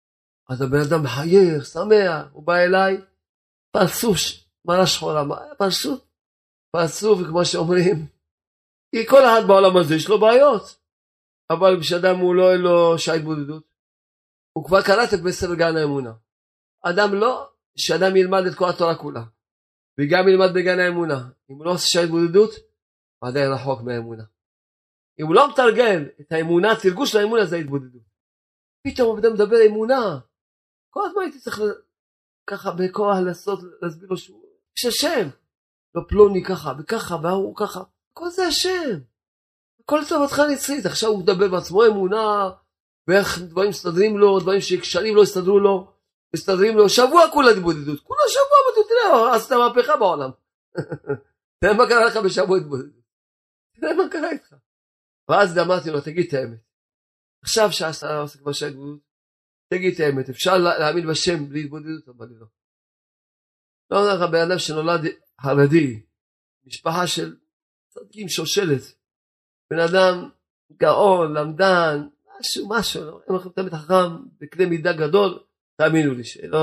אז הבן אדם מחייך, שמח, הוא בא אליי, פרצוף, מראה שחורה, פרצוף, פרצוף, כמו שאומרים, כי כל אחד בעולם הזה יש לו בעיות, אבל כשאדם הוא לא אין לו שעה התבודדות, הוא כבר קראת את בספר גן האמונה. אדם לא, שאדם ילמד את כל התורה כולה, וגם ילמד בגן האמונה. אם הוא לא עושה שעה התבודדות, הוא עדיין רחוק מהאמונה. אם הוא לא מתרגל את האמונה, תרגוש לאמונה זה ההתבודדות. פתאום הוא אדם מדבר אמונה. כל הזמן הייתי צריך ככה בכוח לעשות, להסביר לו שהוא, יש השם. לא פלוני ככה וככה והוא ככה. כל זה השם. כל טובתך נצרית. עכשיו הוא מדבר בעצמו אמונה, ואיך דברים מסתדרים לו, דברים ששנים לא הסתדרו לו, מסתדרים לו, שבוע כולה התבודדות. כולה שבוע, אבל תראה, עשת מהפכה בעולם. תראה מה קרה לך בשבוע התבודדות. תראה מה קרה איתך. ואז אמרתי לו, תגיד את האמת. עכשיו שעשת עוסק בשעה התבודדות, תגיד את האמת. אפשר להאמין בשם בלי התבודדות? אבל לא. לא אומר לך, בן אדם שנולד חרדי, משפחה של צדקים שושלת, בן אדם גאון, למדן, משהו, משהו, לא. הם הולכים תמיד חכם, בקנה מידה גדול, תאמינו לי שלא,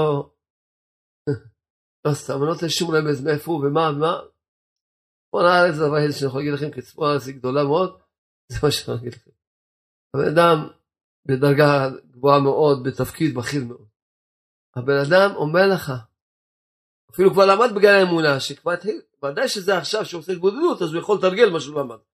לא סתם, אני לא רוצה שום רמז מאיפה הוא ומה ומה. פה נארץ זה דבר שאני יכול להגיד לכם, כי צפון הארץ היא גדולה מאוד, זה מה שאני יכול להגיד לכם. הבן אדם בדרגה גבוהה מאוד, בתפקיד בכיר מאוד. הבן אדם אומר לך, אפילו כבר למד בגן האמונה, שכבר התחיל, ודאי שזה עכשיו שהוא עושה התבודדות, אז הוא יכול לתרגל מה שהוא למד.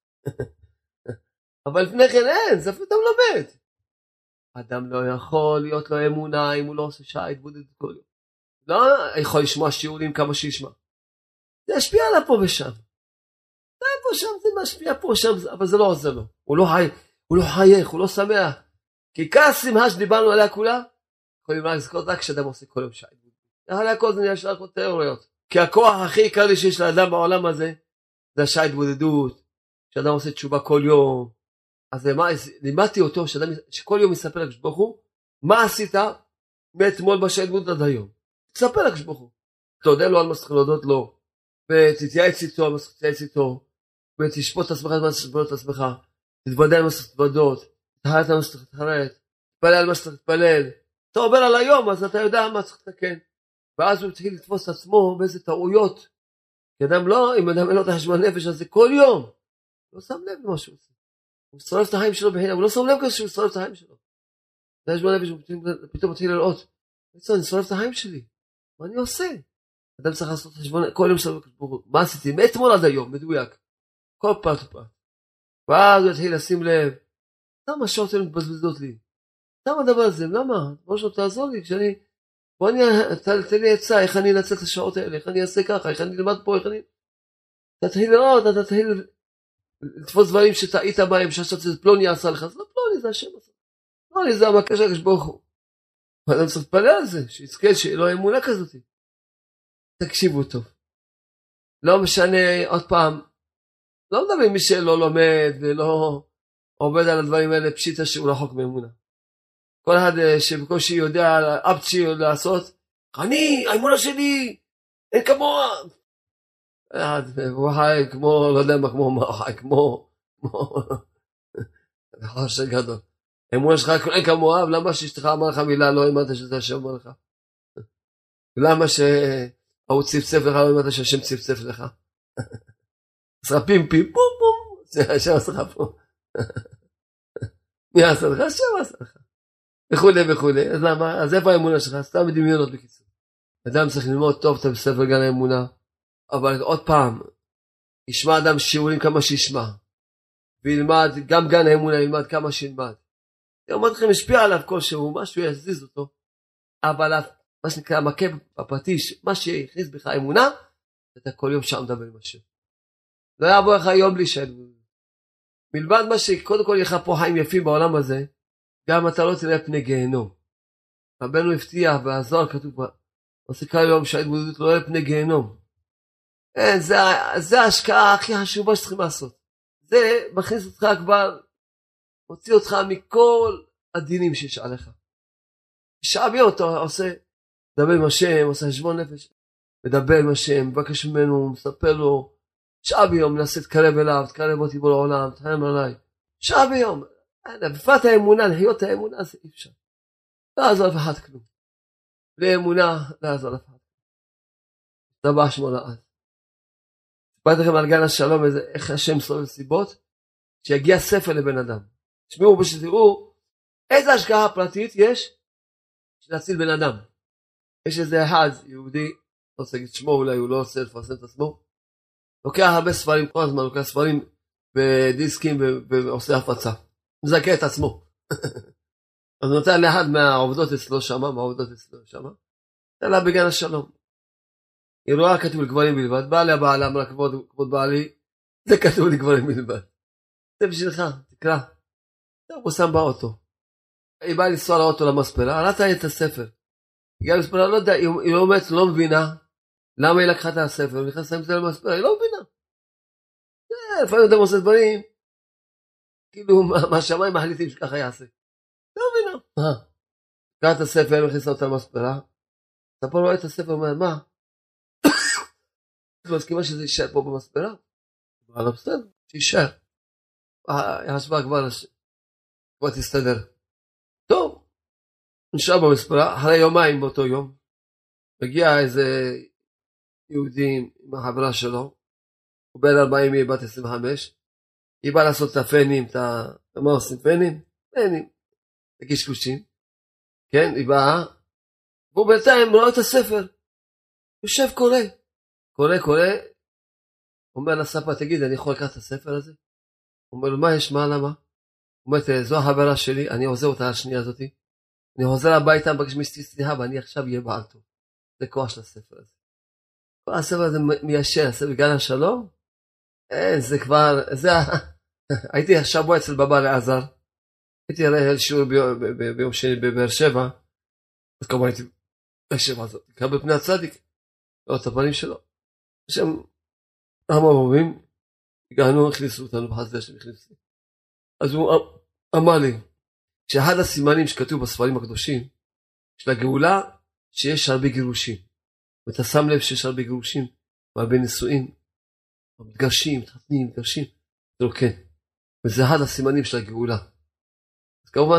אבל לפני כן אין, זה אפילו אדם לומד. אדם לא יכול להיות לו אמונה אם הוא לא עושה שעה התבודדות כל יום. לא יכול לשמוע שיעורים כמה שישמע. זה ישפיע עליו פה ושם. זה פה שם, זה משפיע פה ושם, אבל זה לא עוזר לו. הוא לא חי, הוא לא חייך, הוא לא שמח. כי כעסים שדיברנו עליה כולה, יכולים לזכות רק כשאדם עושה כל יום שעה התבודדות. עליה כל זה נהיה שעה כל תיאוריות. כי הכוח הכי עיקרי שיש לאדם בעולם הזה, זה השעה התבודדות, שאדם עושה תשובה כל יום. אז למה, לימדתי אותו שאדם, שכל יום יספר לקדוש ברוך הוא, מה עשית מאתמול בשעה התבודדות עד היום? תספר לקדוש ברוך הוא. תודה לו על מה שצריך להודות לו, ותתייעץ איתו על מה שצריך להתייעץ איתו, ותשפוט את עצמך על מה שצריך לשפוט את עצמך, תתוודע על מה שצריך להתוודות, תתחרט על מה שצריך להתחרט, תתפלל על מה שצריך להתפלל. אתה עובר על היום, אז אתה יודע מה צריך לתקן. ואז הוא התחיל לתפוס את עצמו באיזה טעויות. כי אדם לא, אם אדם אין לו את החשבון נפש הזה כל יום, לא שם לב למה שהוא עושה. הוא שורף את החיים שלו בחינה, הוא לא שם לב כזה שהוא שורף את החיים שלו. זה חשבון נפש, הוא פתאום מתחיל לראות, אני שורף את החיים שלי, מה אני עושה? אדם צריך לעשות חשבון, כל יום שלו, מה עשיתי? מאתמול עד היום, מדויק. כל פעם ופעם. ואז הוא התחיל לשים לב, למה השעות האלה מתבזבזות לי? למה הדבר הזה? למה? בוא שלא תעזור לי, כשאני, בוא אני, תן לי עצה, איך אני אנצל את השעות האלה, איך אני אעשה ככה, איך אני אלמד פה, איך אני... תתחיל לראות, אתה תתחיל לתפוס דברים שטעית בהם, שעכשיו פלוני עשה לך, זה לא פלוני, זה השם עשה. פלוני זה המכה של הקדוש ברוך הוא. ואדם צריך להתפלל על זה, שיזכה שיהיה לו אמונה כזאת. תקשיבו טוב. לא משנה, עוד פעם, לא מדבר מי שלא לומד ולא עובד על הדברים האלה, פשיטה שהוא רחוק מאמונה. כל אחד שבקושי יודע על אפצ'י לעשות, אני, האמונה שלי, אין כמוה. הוא חי כמו, לא יודע מה, כמו מה, חי כמו, כמו, זה חושב גדול. האמונה שלך אין כמוה, למה שאשתך אמר לך מילה, לא האמנת שזה השם אמר לך? למה שהוא צפצף לך, לא האמנת שהשם צפצף לך? עשה פים פים, פום פום, זה השם עשה לך פה. מי עשה לך? השם עשה לך. וכולי וכולי. אז למה? אז איפה האמונה שלך? סתם מדמיונות בקיצור. אדם צריך ללמוד טוב את בספר גן האמונה, אבל עוד פעם, ישמע אדם שיעורים כמה שישמע, וילמד, גם גן האמונה ילמד כמה שילמד. אני אומר לכם, השפיע עליו כלשהו, משהו יזיז אותו, אבל מה שנקרא מכה בפטיש, מה שיכניס בך האמונה, אתה כל יום שם מדבר עם השם. לא יעבור לך יום בלי שאל. מלבד מה שקודם כל יהיה לך פה חיים יפים בעולם הזה, גם אתה לא תראה פני גיהנום. רבנו הבטיח, והזוהר כתוב, עושה כל יום שההתבודדות לא יהיה פני גיהנום. אין, זה, זה ההשקעה הכי חשובה שצריכים לעשות. זה מכניס אותך כבר, מוציא אותך מכל הדינים שיש עליך. שעה אותו עושה, מדבר עם השם, עושה חשבון נפש, מדבר עם השם, מבקש ממנו, מספר לו, שעה ביום נעשה תקרב אליו, תקרב אותי בו לעולם, תחיים עליי. שעה ביום, בפרט האמונה, לחיות האמונה, זה אי אפשר. לא עזור אף אחד כלום. בלי אמונה, לא יעזור לך. דבר שמונה אז. סיפרתי לכם על גן השלום, איך השם סובב סיבות, שיגיע ספר לבן אדם. תשמעו ושתראו, איזה השקעה פרטית יש, להציל בן אדם. יש איזה אחד, יהודי, לא רוצה להגיד שמו, אולי הוא לא עושה לפרסם את עצמו, לוקח הרבה ספרים, כל הזמן לוקח ספרים בדיסקים ועושה הפצה. מזכה את עצמו. אז הוא נותן לאחד מהעובדות אצלו שמה, מהעובדות אצלו שמה, נותן לה בגן השלום. היא רואה כתוב לגברים בלבד, באה לה בעלה, אמרה כבוד, כבוד בעלי, זה כתוב לגברים בלבד. זה בשבילך, תקרא. הוא שם באוטו. היא באה לנסוע לאוטו למספרה, ראתה את הספר. היא גם מספרה, לא יודע, היא לא אומרת, לא מבינה, למה היא לקחה את הספר, היא נכנסה עם זה למספרה, היא לא מבינה. לפעמים אתם עושה דברים, כאילו, מהשמיים מחליטים שככה יעשה. לא מבינה. קרא את הספר, מכניסה אותה למספרה, אתה פה רואה את הספר, אומר, מה? את מסכימה שזה יישאר פה במספרה? אבל לא בסדר, שישאר. ההשוואה כבר, כבר תסתדר. טוב, נשאר במספרה, אחרי יומיים באותו יום, מגיע איזה יהודי עם החברה שלו, הוא בן ארבעים, היא בת עשרים וחמש, היא באה לעשות את הפנים, את ה... מה עושים פנים? פנים, הקשקושים, כן, היא באה, והוא בינתיים רואה את הספר, יושב קורא, קורא, קורא, אומר לספר, תגיד, אני יכול לקחת את הספר הזה? הוא אומר לו, מה יש, מה, למה? הוא אומר, זו החברה שלי, אני עוזר אותה על השנייה הזאת, אני חוזר הביתה, מבקש משתי סליחה, ואני עכשיו אהיה בעל טוב. זה כוח של הספר הזה. כל הספר הזה מיישר, הספר גן השלום, אין, זה כבר, זה, הייתי השבוע אצל בבא לעזר, הייתי הרי שיעור ביום שני בבאר שבע, אז כמובן הייתי בשבע הזאת, כאן בפני הצדיק, לא את הפנים שלו. שם, למה אומרים, הגענו, הכניסו אותנו בחסדה שהם הכניסו. אז הוא אמר לי, שאחד הסימנים שכתוב בספרים הקדושים, של הגאולה, שיש הרבה גירושים. ואתה שם לב שיש הרבה גירושים, והרבה נישואים, מתגרשים, מתחתנים, מתגרשים. זה לא כן. וזה אחד הסימנים של הגאולה. אז כמובן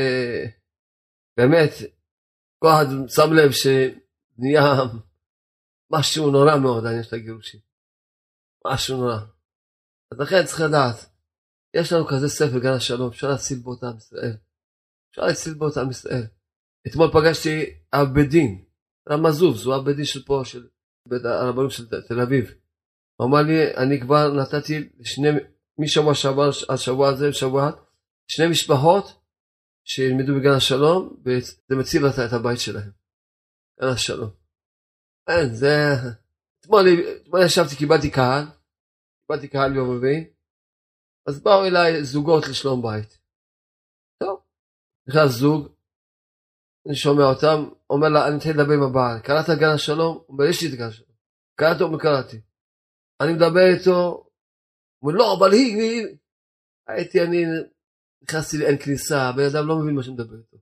שבאמת, כל אחד שם לב שנהיה משהו נורא מאוד, העניין של הגירושים. משהו נורא. אז לכן צריך לדעת, יש לנו כזה ספר גן השלום, אפשר להציל בו את עם ישראל. אפשר להציל בו את עם ישראל. אתמול פגשתי אב בית דין, רמזוב, זו אב בית דין של פה, של בית הרבנות של תל אביב. הוא אמר לי, אני כבר נתתי לשני, משבוע שעבר, עד שבוע הזה, שבוע, שני משפחות שילמדו בגן השלום, וזה מציל את הבית שלהם. גן השלום. אין, זה... אתמול, אתמול ישבתי, קיבלתי קהל, קיבלתי קהל ביום רביעי, אז באו אליי זוגות לשלום בית. טוב, נכנס זוג, אני שומע אותם, אומר לה, אני אתחיל לדבר עם הבעל, קראת את גן השלום? הוא אומר, יש לי את גן השלום. קראתי או קראתי. אני מדבר איתו, הוא אומר, לא, אבל היא, היא, הייתי, אני נכנסתי לאין כניסה, בן אדם לא מבין מה שמדבר איתו.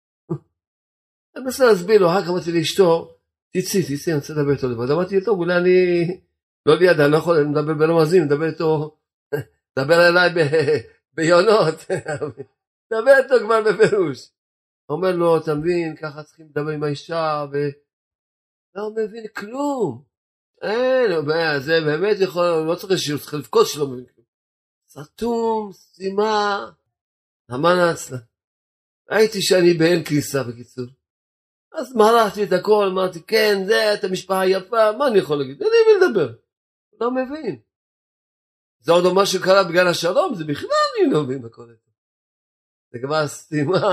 אני מנסה להסביר לו, אחר כך אמרתי לאשתו, תצאי, תצאי, אני רוצה לדבר איתו לבד. אמרתי איתו, אולי אני, לא ליד, אני לא יכול, אני מדבר ברמזים, אני מדבר איתו, דבר אליי ביונות, דבר איתו כבר בפירוש. אומר לו, אתה מבין, ככה צריכים לדבר עם האישה, ולא מבין כלום. אין, זה באמת יכול, לא צריך לשיר, צריך לבכות שלא מבין כלום. סתום, סימה, המן העצלה. הייתי שאני באין כניסה בקיצור. אז מרחתי את הכל, אמרתי, כן, זה, את המשפחה יפה, מה אני יכול להגיד? אני מבין לדבר. לא מבין. זה עוד מה שקרה בגן השלום, זה בכלל אני לא מבין בכל זה. זה כבר סתימה.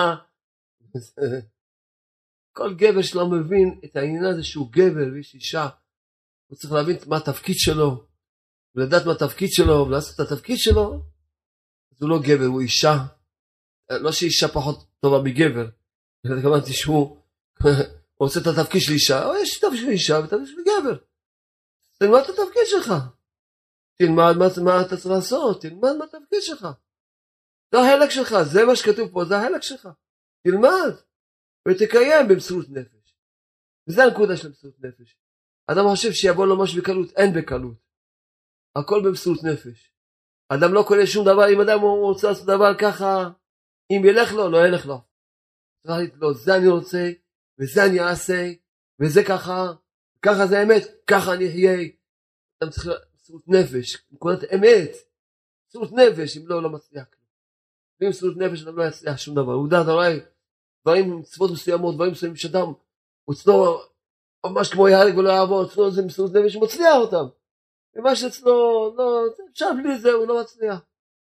כל גבר שלא מבין את העניין הזה שהוא גבר ויש אישה, הוא צריך להבין מה התפקיד שלו, ולדעת מה התפקיד שלו, ולעשות את התפקיד שלו, אז הוא לא גבר, הוא אישה. לא שאישה פחות טובה מגבר, אלא כמובן שהוא רוצה את התפקיד של אישה, אבל יש תפקיד של אישה ותפקיד של גבר. תלמד את התפקיד שלך. תלמד מה, מה אתה צריך לעשות, תלמד מה התפקיד שלך. זה החלק שלך, זה מה שכתוב פה, זה החלק שלך. תלמד, ותקיים במסירות נפש. וזה הנקודה של במסירות נפש. אדם חושב שיבוא לו משהו בקלות, אין בקלות. הכל במסירות נפש. אדם לא קונה שום דבר, אם אדם רוצה לעשות דבר ככה, אם ילך לו, לא ילך לו. צריך להגיד לו, זה אני רוצה, וזה אני אעשה, וזה ככה, ככה זה אמת, ככה אני אחיה. אתה צריך מסירות נפש, נקודת אמת, מסירות נפש, אם לא, לא מצליח. אם מסירות נפש, אתה לא יצליח שום דבר. עובדה, אתה רואה, דברים, מצוות מסוימות, דברים מסוימים שאדם, הוא אצלו ממש כמו יהלג ולא יעבור, אצלו זה מסירות נפש, הוא מצליח אותם. ומה שאצלו, לא, אפשר בלי זה, הוא לא מצליח.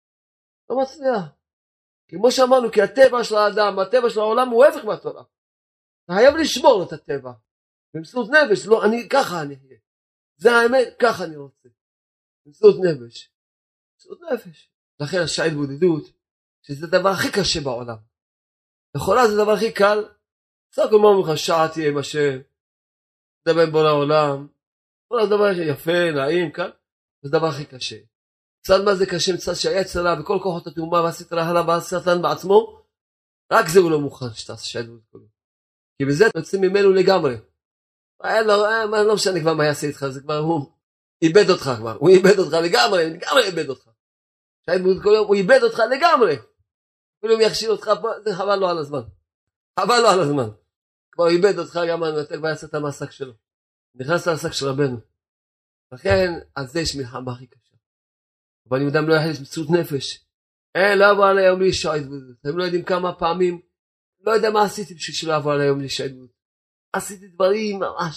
לא מצליח. כמו שאמרנו, כי הטבע של האדם, הטבע של העולם הוא הפך מהתורה. אתה חייב לשמור את הטבע. במסירות נפש, לא, אני, ככה אני אהיה. זה האמת, ככה אני רוצה. במסירות נפש. במסירות נפש. לכן השעה התבודדות, שזה הדבר הכי קשה בעולם. לכאורה זה הדבר הכי קל. סך הכל אומרים לך, שעה תהיה עם השם, תדבר בו לעולם. כל הדבר הכי יפה, נעים, קל. זה הדבר הכי קשה. מצד מה זה קשה? מצד שהיה אצלה וכל כוחות התאומה ועשית רהלה והסרטן בעצמו, רק זה הוא לא מוכן שתעשה שעה התבודדות. כי בזה יוצאים ממנו לגמרי. היה לו, אה, לא משנה כבר מה יעשה איתך, זה כבר הוא איבד אותך כבר, הוא איבד אותך לגמרי, לגמרי איבד אותך. שעה התבודדות כל יום, הוא איבד אותך לגמרי. אפילו אם יכשיר אותך, זה חבל לו על הזמן. חבל לו על הזמן. כבר איבד אותך גם, אתה כבר יעשה את המעסק שלו. נכנס לעסק של רבנו. לכן, על זה יש מלחמה הכי קשה. אבל אם אדם לא יחליט מציאות נפש, אין, לא עבור על היום לי שעה התבודדות. הם לא יודעים כמה פעמים, לא יודע מה עשיתי בשביל שלא עבור על היום לי שעה התבודדות. עשיתי דברים ממש.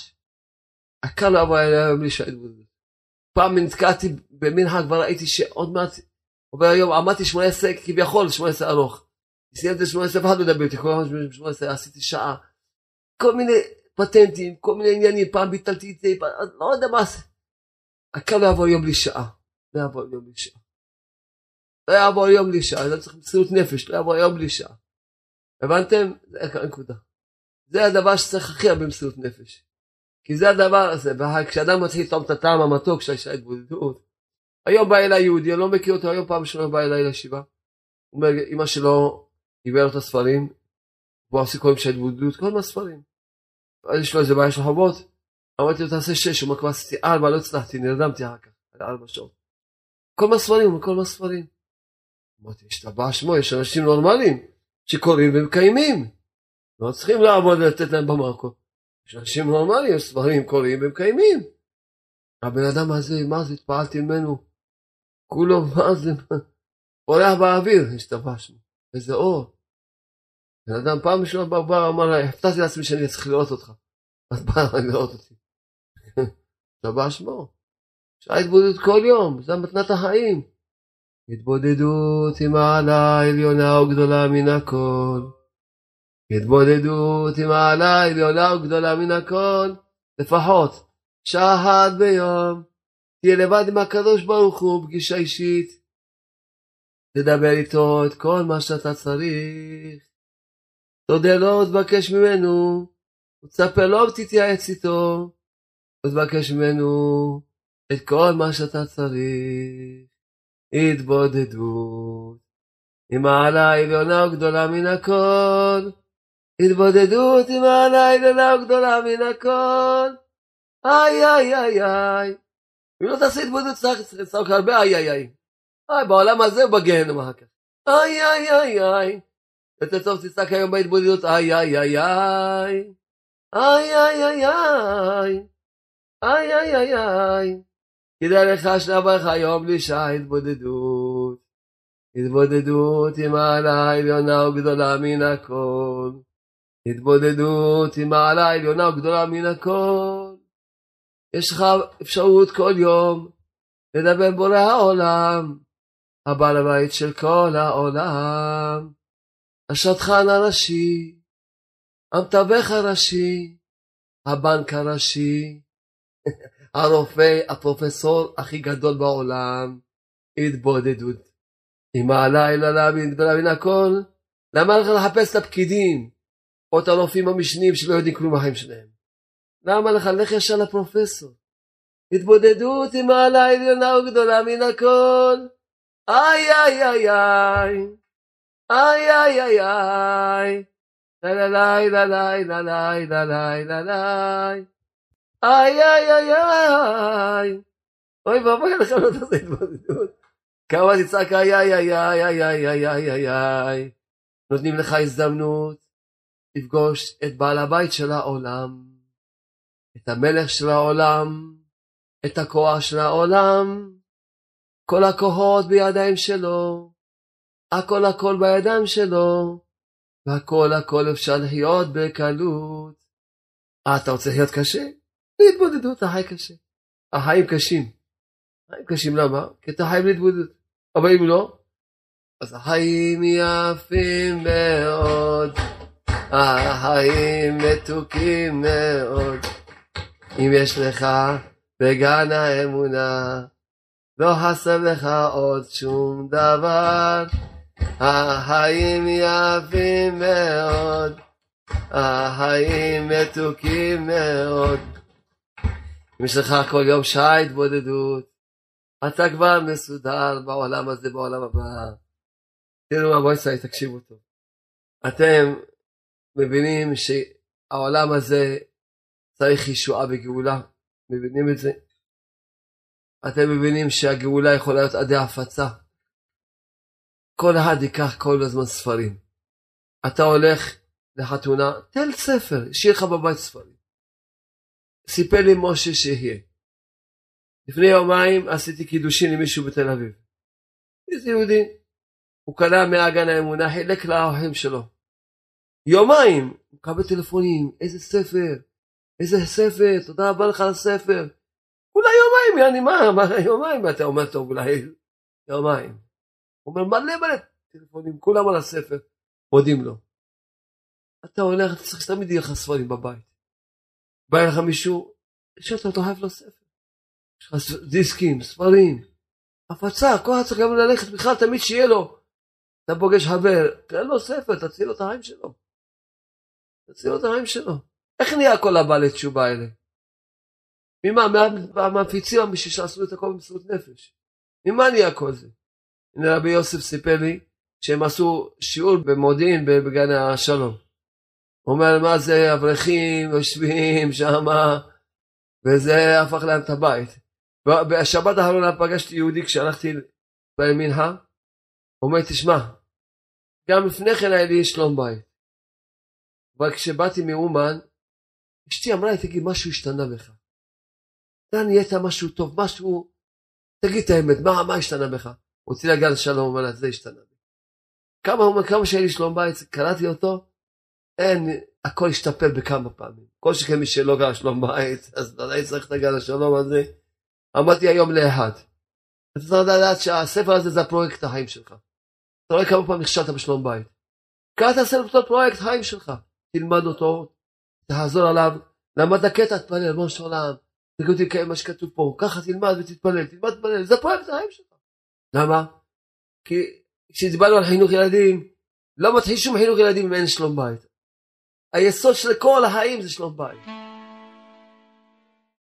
הקל לא עבור על היום לי שעה התבודדות. פעם נתקעתי במנהג, כבר ראיתי שעוד מעט, עובר היום, עמדתי שמונה עשרה, כביכול שמונה עשרה ארוך. סיימתי שמונה עשרה, ואחד מדבר אותי, כל הזמן שמונה עשרה, עשיתי שעה. כל מיני פטנטים, כל מיני עניינים, פעם ביטלתי את זה, לא יודע מה זה. הקל לא יעבור יום בלי שעה. לא יעבור יום בלי שעה. לא יעבור יום בלי שעה, זה צריך מסירות נפש, לא יעבור יום בלי שעה. הבנתם? זה נקודה. זה הדבר שצריך הכי הרבה מסירות נפש. כי זה הדבר הזה, וכשאדם מתחיל לטעום את הטעם המתוק של השעה התבודדות, היום בא אליי יהודי, אני לא מכיר אותו, היום פעם שלו בא אליי לישיבה, הוא אומר, אמא שלו הביאה לו את הספרים, והוא עושה כל שעה התבודדות, כל מה ספרים. אז יש לו איזה בעיה של חובות, אמרתי לו תעשה שש, הוא אומר כבר עשיתי ארבע, לא הצלחתי, נרדמתי אחר כך, על ארבע שעות. כל מה ספרים, הוא אומר כל מה ספרים. אמרתי, יש לבא שמו, יש אנשים נורמליים, שקוראים ומקיימים. לא צריכים לעבוד ולתת להם במקום. יש אנשים נורמליים, ספרים, קוראים ומקיימים. הבן אדם הזה, מה זה, התפעלתי ממנו. כולו, מה זה, הולך באוויר, השתבש שמו. איזה אור. בן אדם פעם ראשונה בא, אמר לה, הפתעתי לעצמי שאני צריך לראות אותך. אז בא לראות אותי. השתבש שמו. שעה התבודדות כל יום, זה מתנת החיים. התבודדות עם מעלה עליונה וגדולה מן הכל. התבודדות עם מעלה עליונה וגדולה מן הכל. לפחות שעה אחת ביום. תהיה לבד עם הקדוש ברוך הוא פגישה אישית. תדבר איתו את כל מה שאתה צריך. תודה לו ותבקש ממנו. ותספר לו ותתייעץ איתו. ותבקש ממנו את כל מה שאתה צריך. התבודדות עם מעלה עליונה וגדולה מן הכל. התבודדות עם מעלה עליונה וגדולה מן הכל. איי איי איי איי. אם לא תעשה התבודדות צריך הרבה איי איי איי. איי בעולם הזה ובגהנום אחר כך. איי איי איי איי. יותר טוב תצעק היום בהתבודדות איי איי איי איי. איי איי איי איי. איי איי איי איי. כדאי לך שנעברך היום בלי שעה התבודדות. התבודדות עם מעלה עליונה וגדולה מן הכל. התבודדות עם מעלה עליונה וגדולה מן הכל. יש לך אפשרות כל יום לדבר בורא העולם, הבעל הבית של כל העולם, השטחן הראשי, המתווך הראשי, הבנק הראשי, הרופא, הפרופסור הכי גדול בעולם. התבודדות עם מעלה עליונה גדולה מן הכל. למה לך לחפש את הפקידים או את הרופאים המשניים שלא יודעים כלום בחיים שלהם? למה לך לך ישר לפרופסור? התבודדות עם מעלה עליונה וגדולה מן הכל. איי איי איי איי. איי איי איי איי. לה לה לה לה לה לה לה לה לה לה. איי איי איי איי. אוי ואבוי לכם לא תעשה התבודדות. כמה תצעק איי איי איי איי איי איי איי איי איי. נותנים לך הזדמנות. לפגוש את בעל הבית של העולם, את המלך של העולם, את הכוח של העולם. כל הכוחות בידיים שלו, הכל הכל בידיים שלו, והכל הכל אפשר לחיות בקלות. אה, אתה רוצה לחיות קשה? להתבודדות, החיים קשה. החיים קשים. החיים קשים למה? כי אתה חיים להתבודדות. אבל אם לא, אז החיים יפים מאוד, החיים מתוקים מאוד. אם יש לך בגן האמונה, לא חסר לך עוד שום דבר. החיים יפים מאוד, החיים מתוקים מאוד. אם יש לך כל יום שעה התבודדות, אתה כבר מסודר בעולם הזה, בעולם הבא. תראו מה בואי תקשיבו טוב. אתם מבינים שהעולם הזה צריך ישועה וגאולה? מבינים את זה? אתם מבינים שהגאולה יכולה להיות עדי הפצה? כל אחד ייקח כל הזמן ספרים. אתה הולך לחתונה, תל ספר, שיהיה לך בבית ספרים. סיפר לי משה שיהיה. לפני יומיים עשיתי קידושין למישהו בתל אביב. איזה יהודי. הוא קנה מהגן האמונה, חילק לאחים שלו. יומיים, הוא מקבל טלפונים, איזה ספר, איזה ספר, תודה רבה לך על הספר. אולי יומיים, יעני מה, מה יומיים, אתה אומר טוב, אולי יומיים. הוא אומר, מלא מלא טלפונים, כולם על הספר, מודים לו. אתה הולך, אתה צריך שתמיד יהיה לך ספרים בבית. בא לך מישהו, יש אתה תאהב לו ספר. יש לך דיסקים, ספרים, הפצה, כל אחד צריך גם ללכת, בכלל תמיד שיהיה לו. אתה פוגש חבר, תראה לו ספר, תציל לו את החיים שלו. תציל לו את החיים שלו. איך נהיה כל הבעלי תשובה האלה? ממה? מהמפיצים בשביל שעשו את הכל במסירות נפש. ממה נהיה כל זה? הנה רבי יוסף סיפר לי שהם עשו שיעור במודיעין בגן השלום. הוא אומר מה זה אברכים יושבים שם, וזה הפך להם את הבית. בשבת האחרונה פגשתי יהודי כשהלכתי במנחה. הוא אומר תשמע, גם לפני כן היה לי שלום בית. אבל כשבאתי מאומן, אשתי אמרה לי תגיד משהו השתנה בך. אתה נהיית משהו טוב, משהו, תגיד את האמת, מה, מה השתנה בך? הוא רוצה להגיע לשלום, הוא אומר זה השתנה. כמה, כמה שהיה לי שלום בית, קראתי אותו, אין, הכל השתפר בכמה פעמים. כל שכן מי שלא גר שלום בית, אז אני צריך להגיע לשלום הזה. אמרתי היום לאחד. אתה צריך לדעת שהספר הזה זה הפרויקט החיים שלך. אתה רואה כמה פעם נכשלת בשלום בית. קראת הספר אותו פרויקט חיים שלך. תלמד אותו, תחזור עליו, למד הקטע, תתפלל, בוא שולם, תגיד אותי מה שכתוב פה, ככה תלמד ותתפלל, תלמד תתפלל, זה פרויקט החיים שלך. למה? כי כשדיברנו על חינוך ילדים, לא מתחיל שום חינוך ילדים אם אין שלום בית. היסוד של כל החיים זה שלום בית.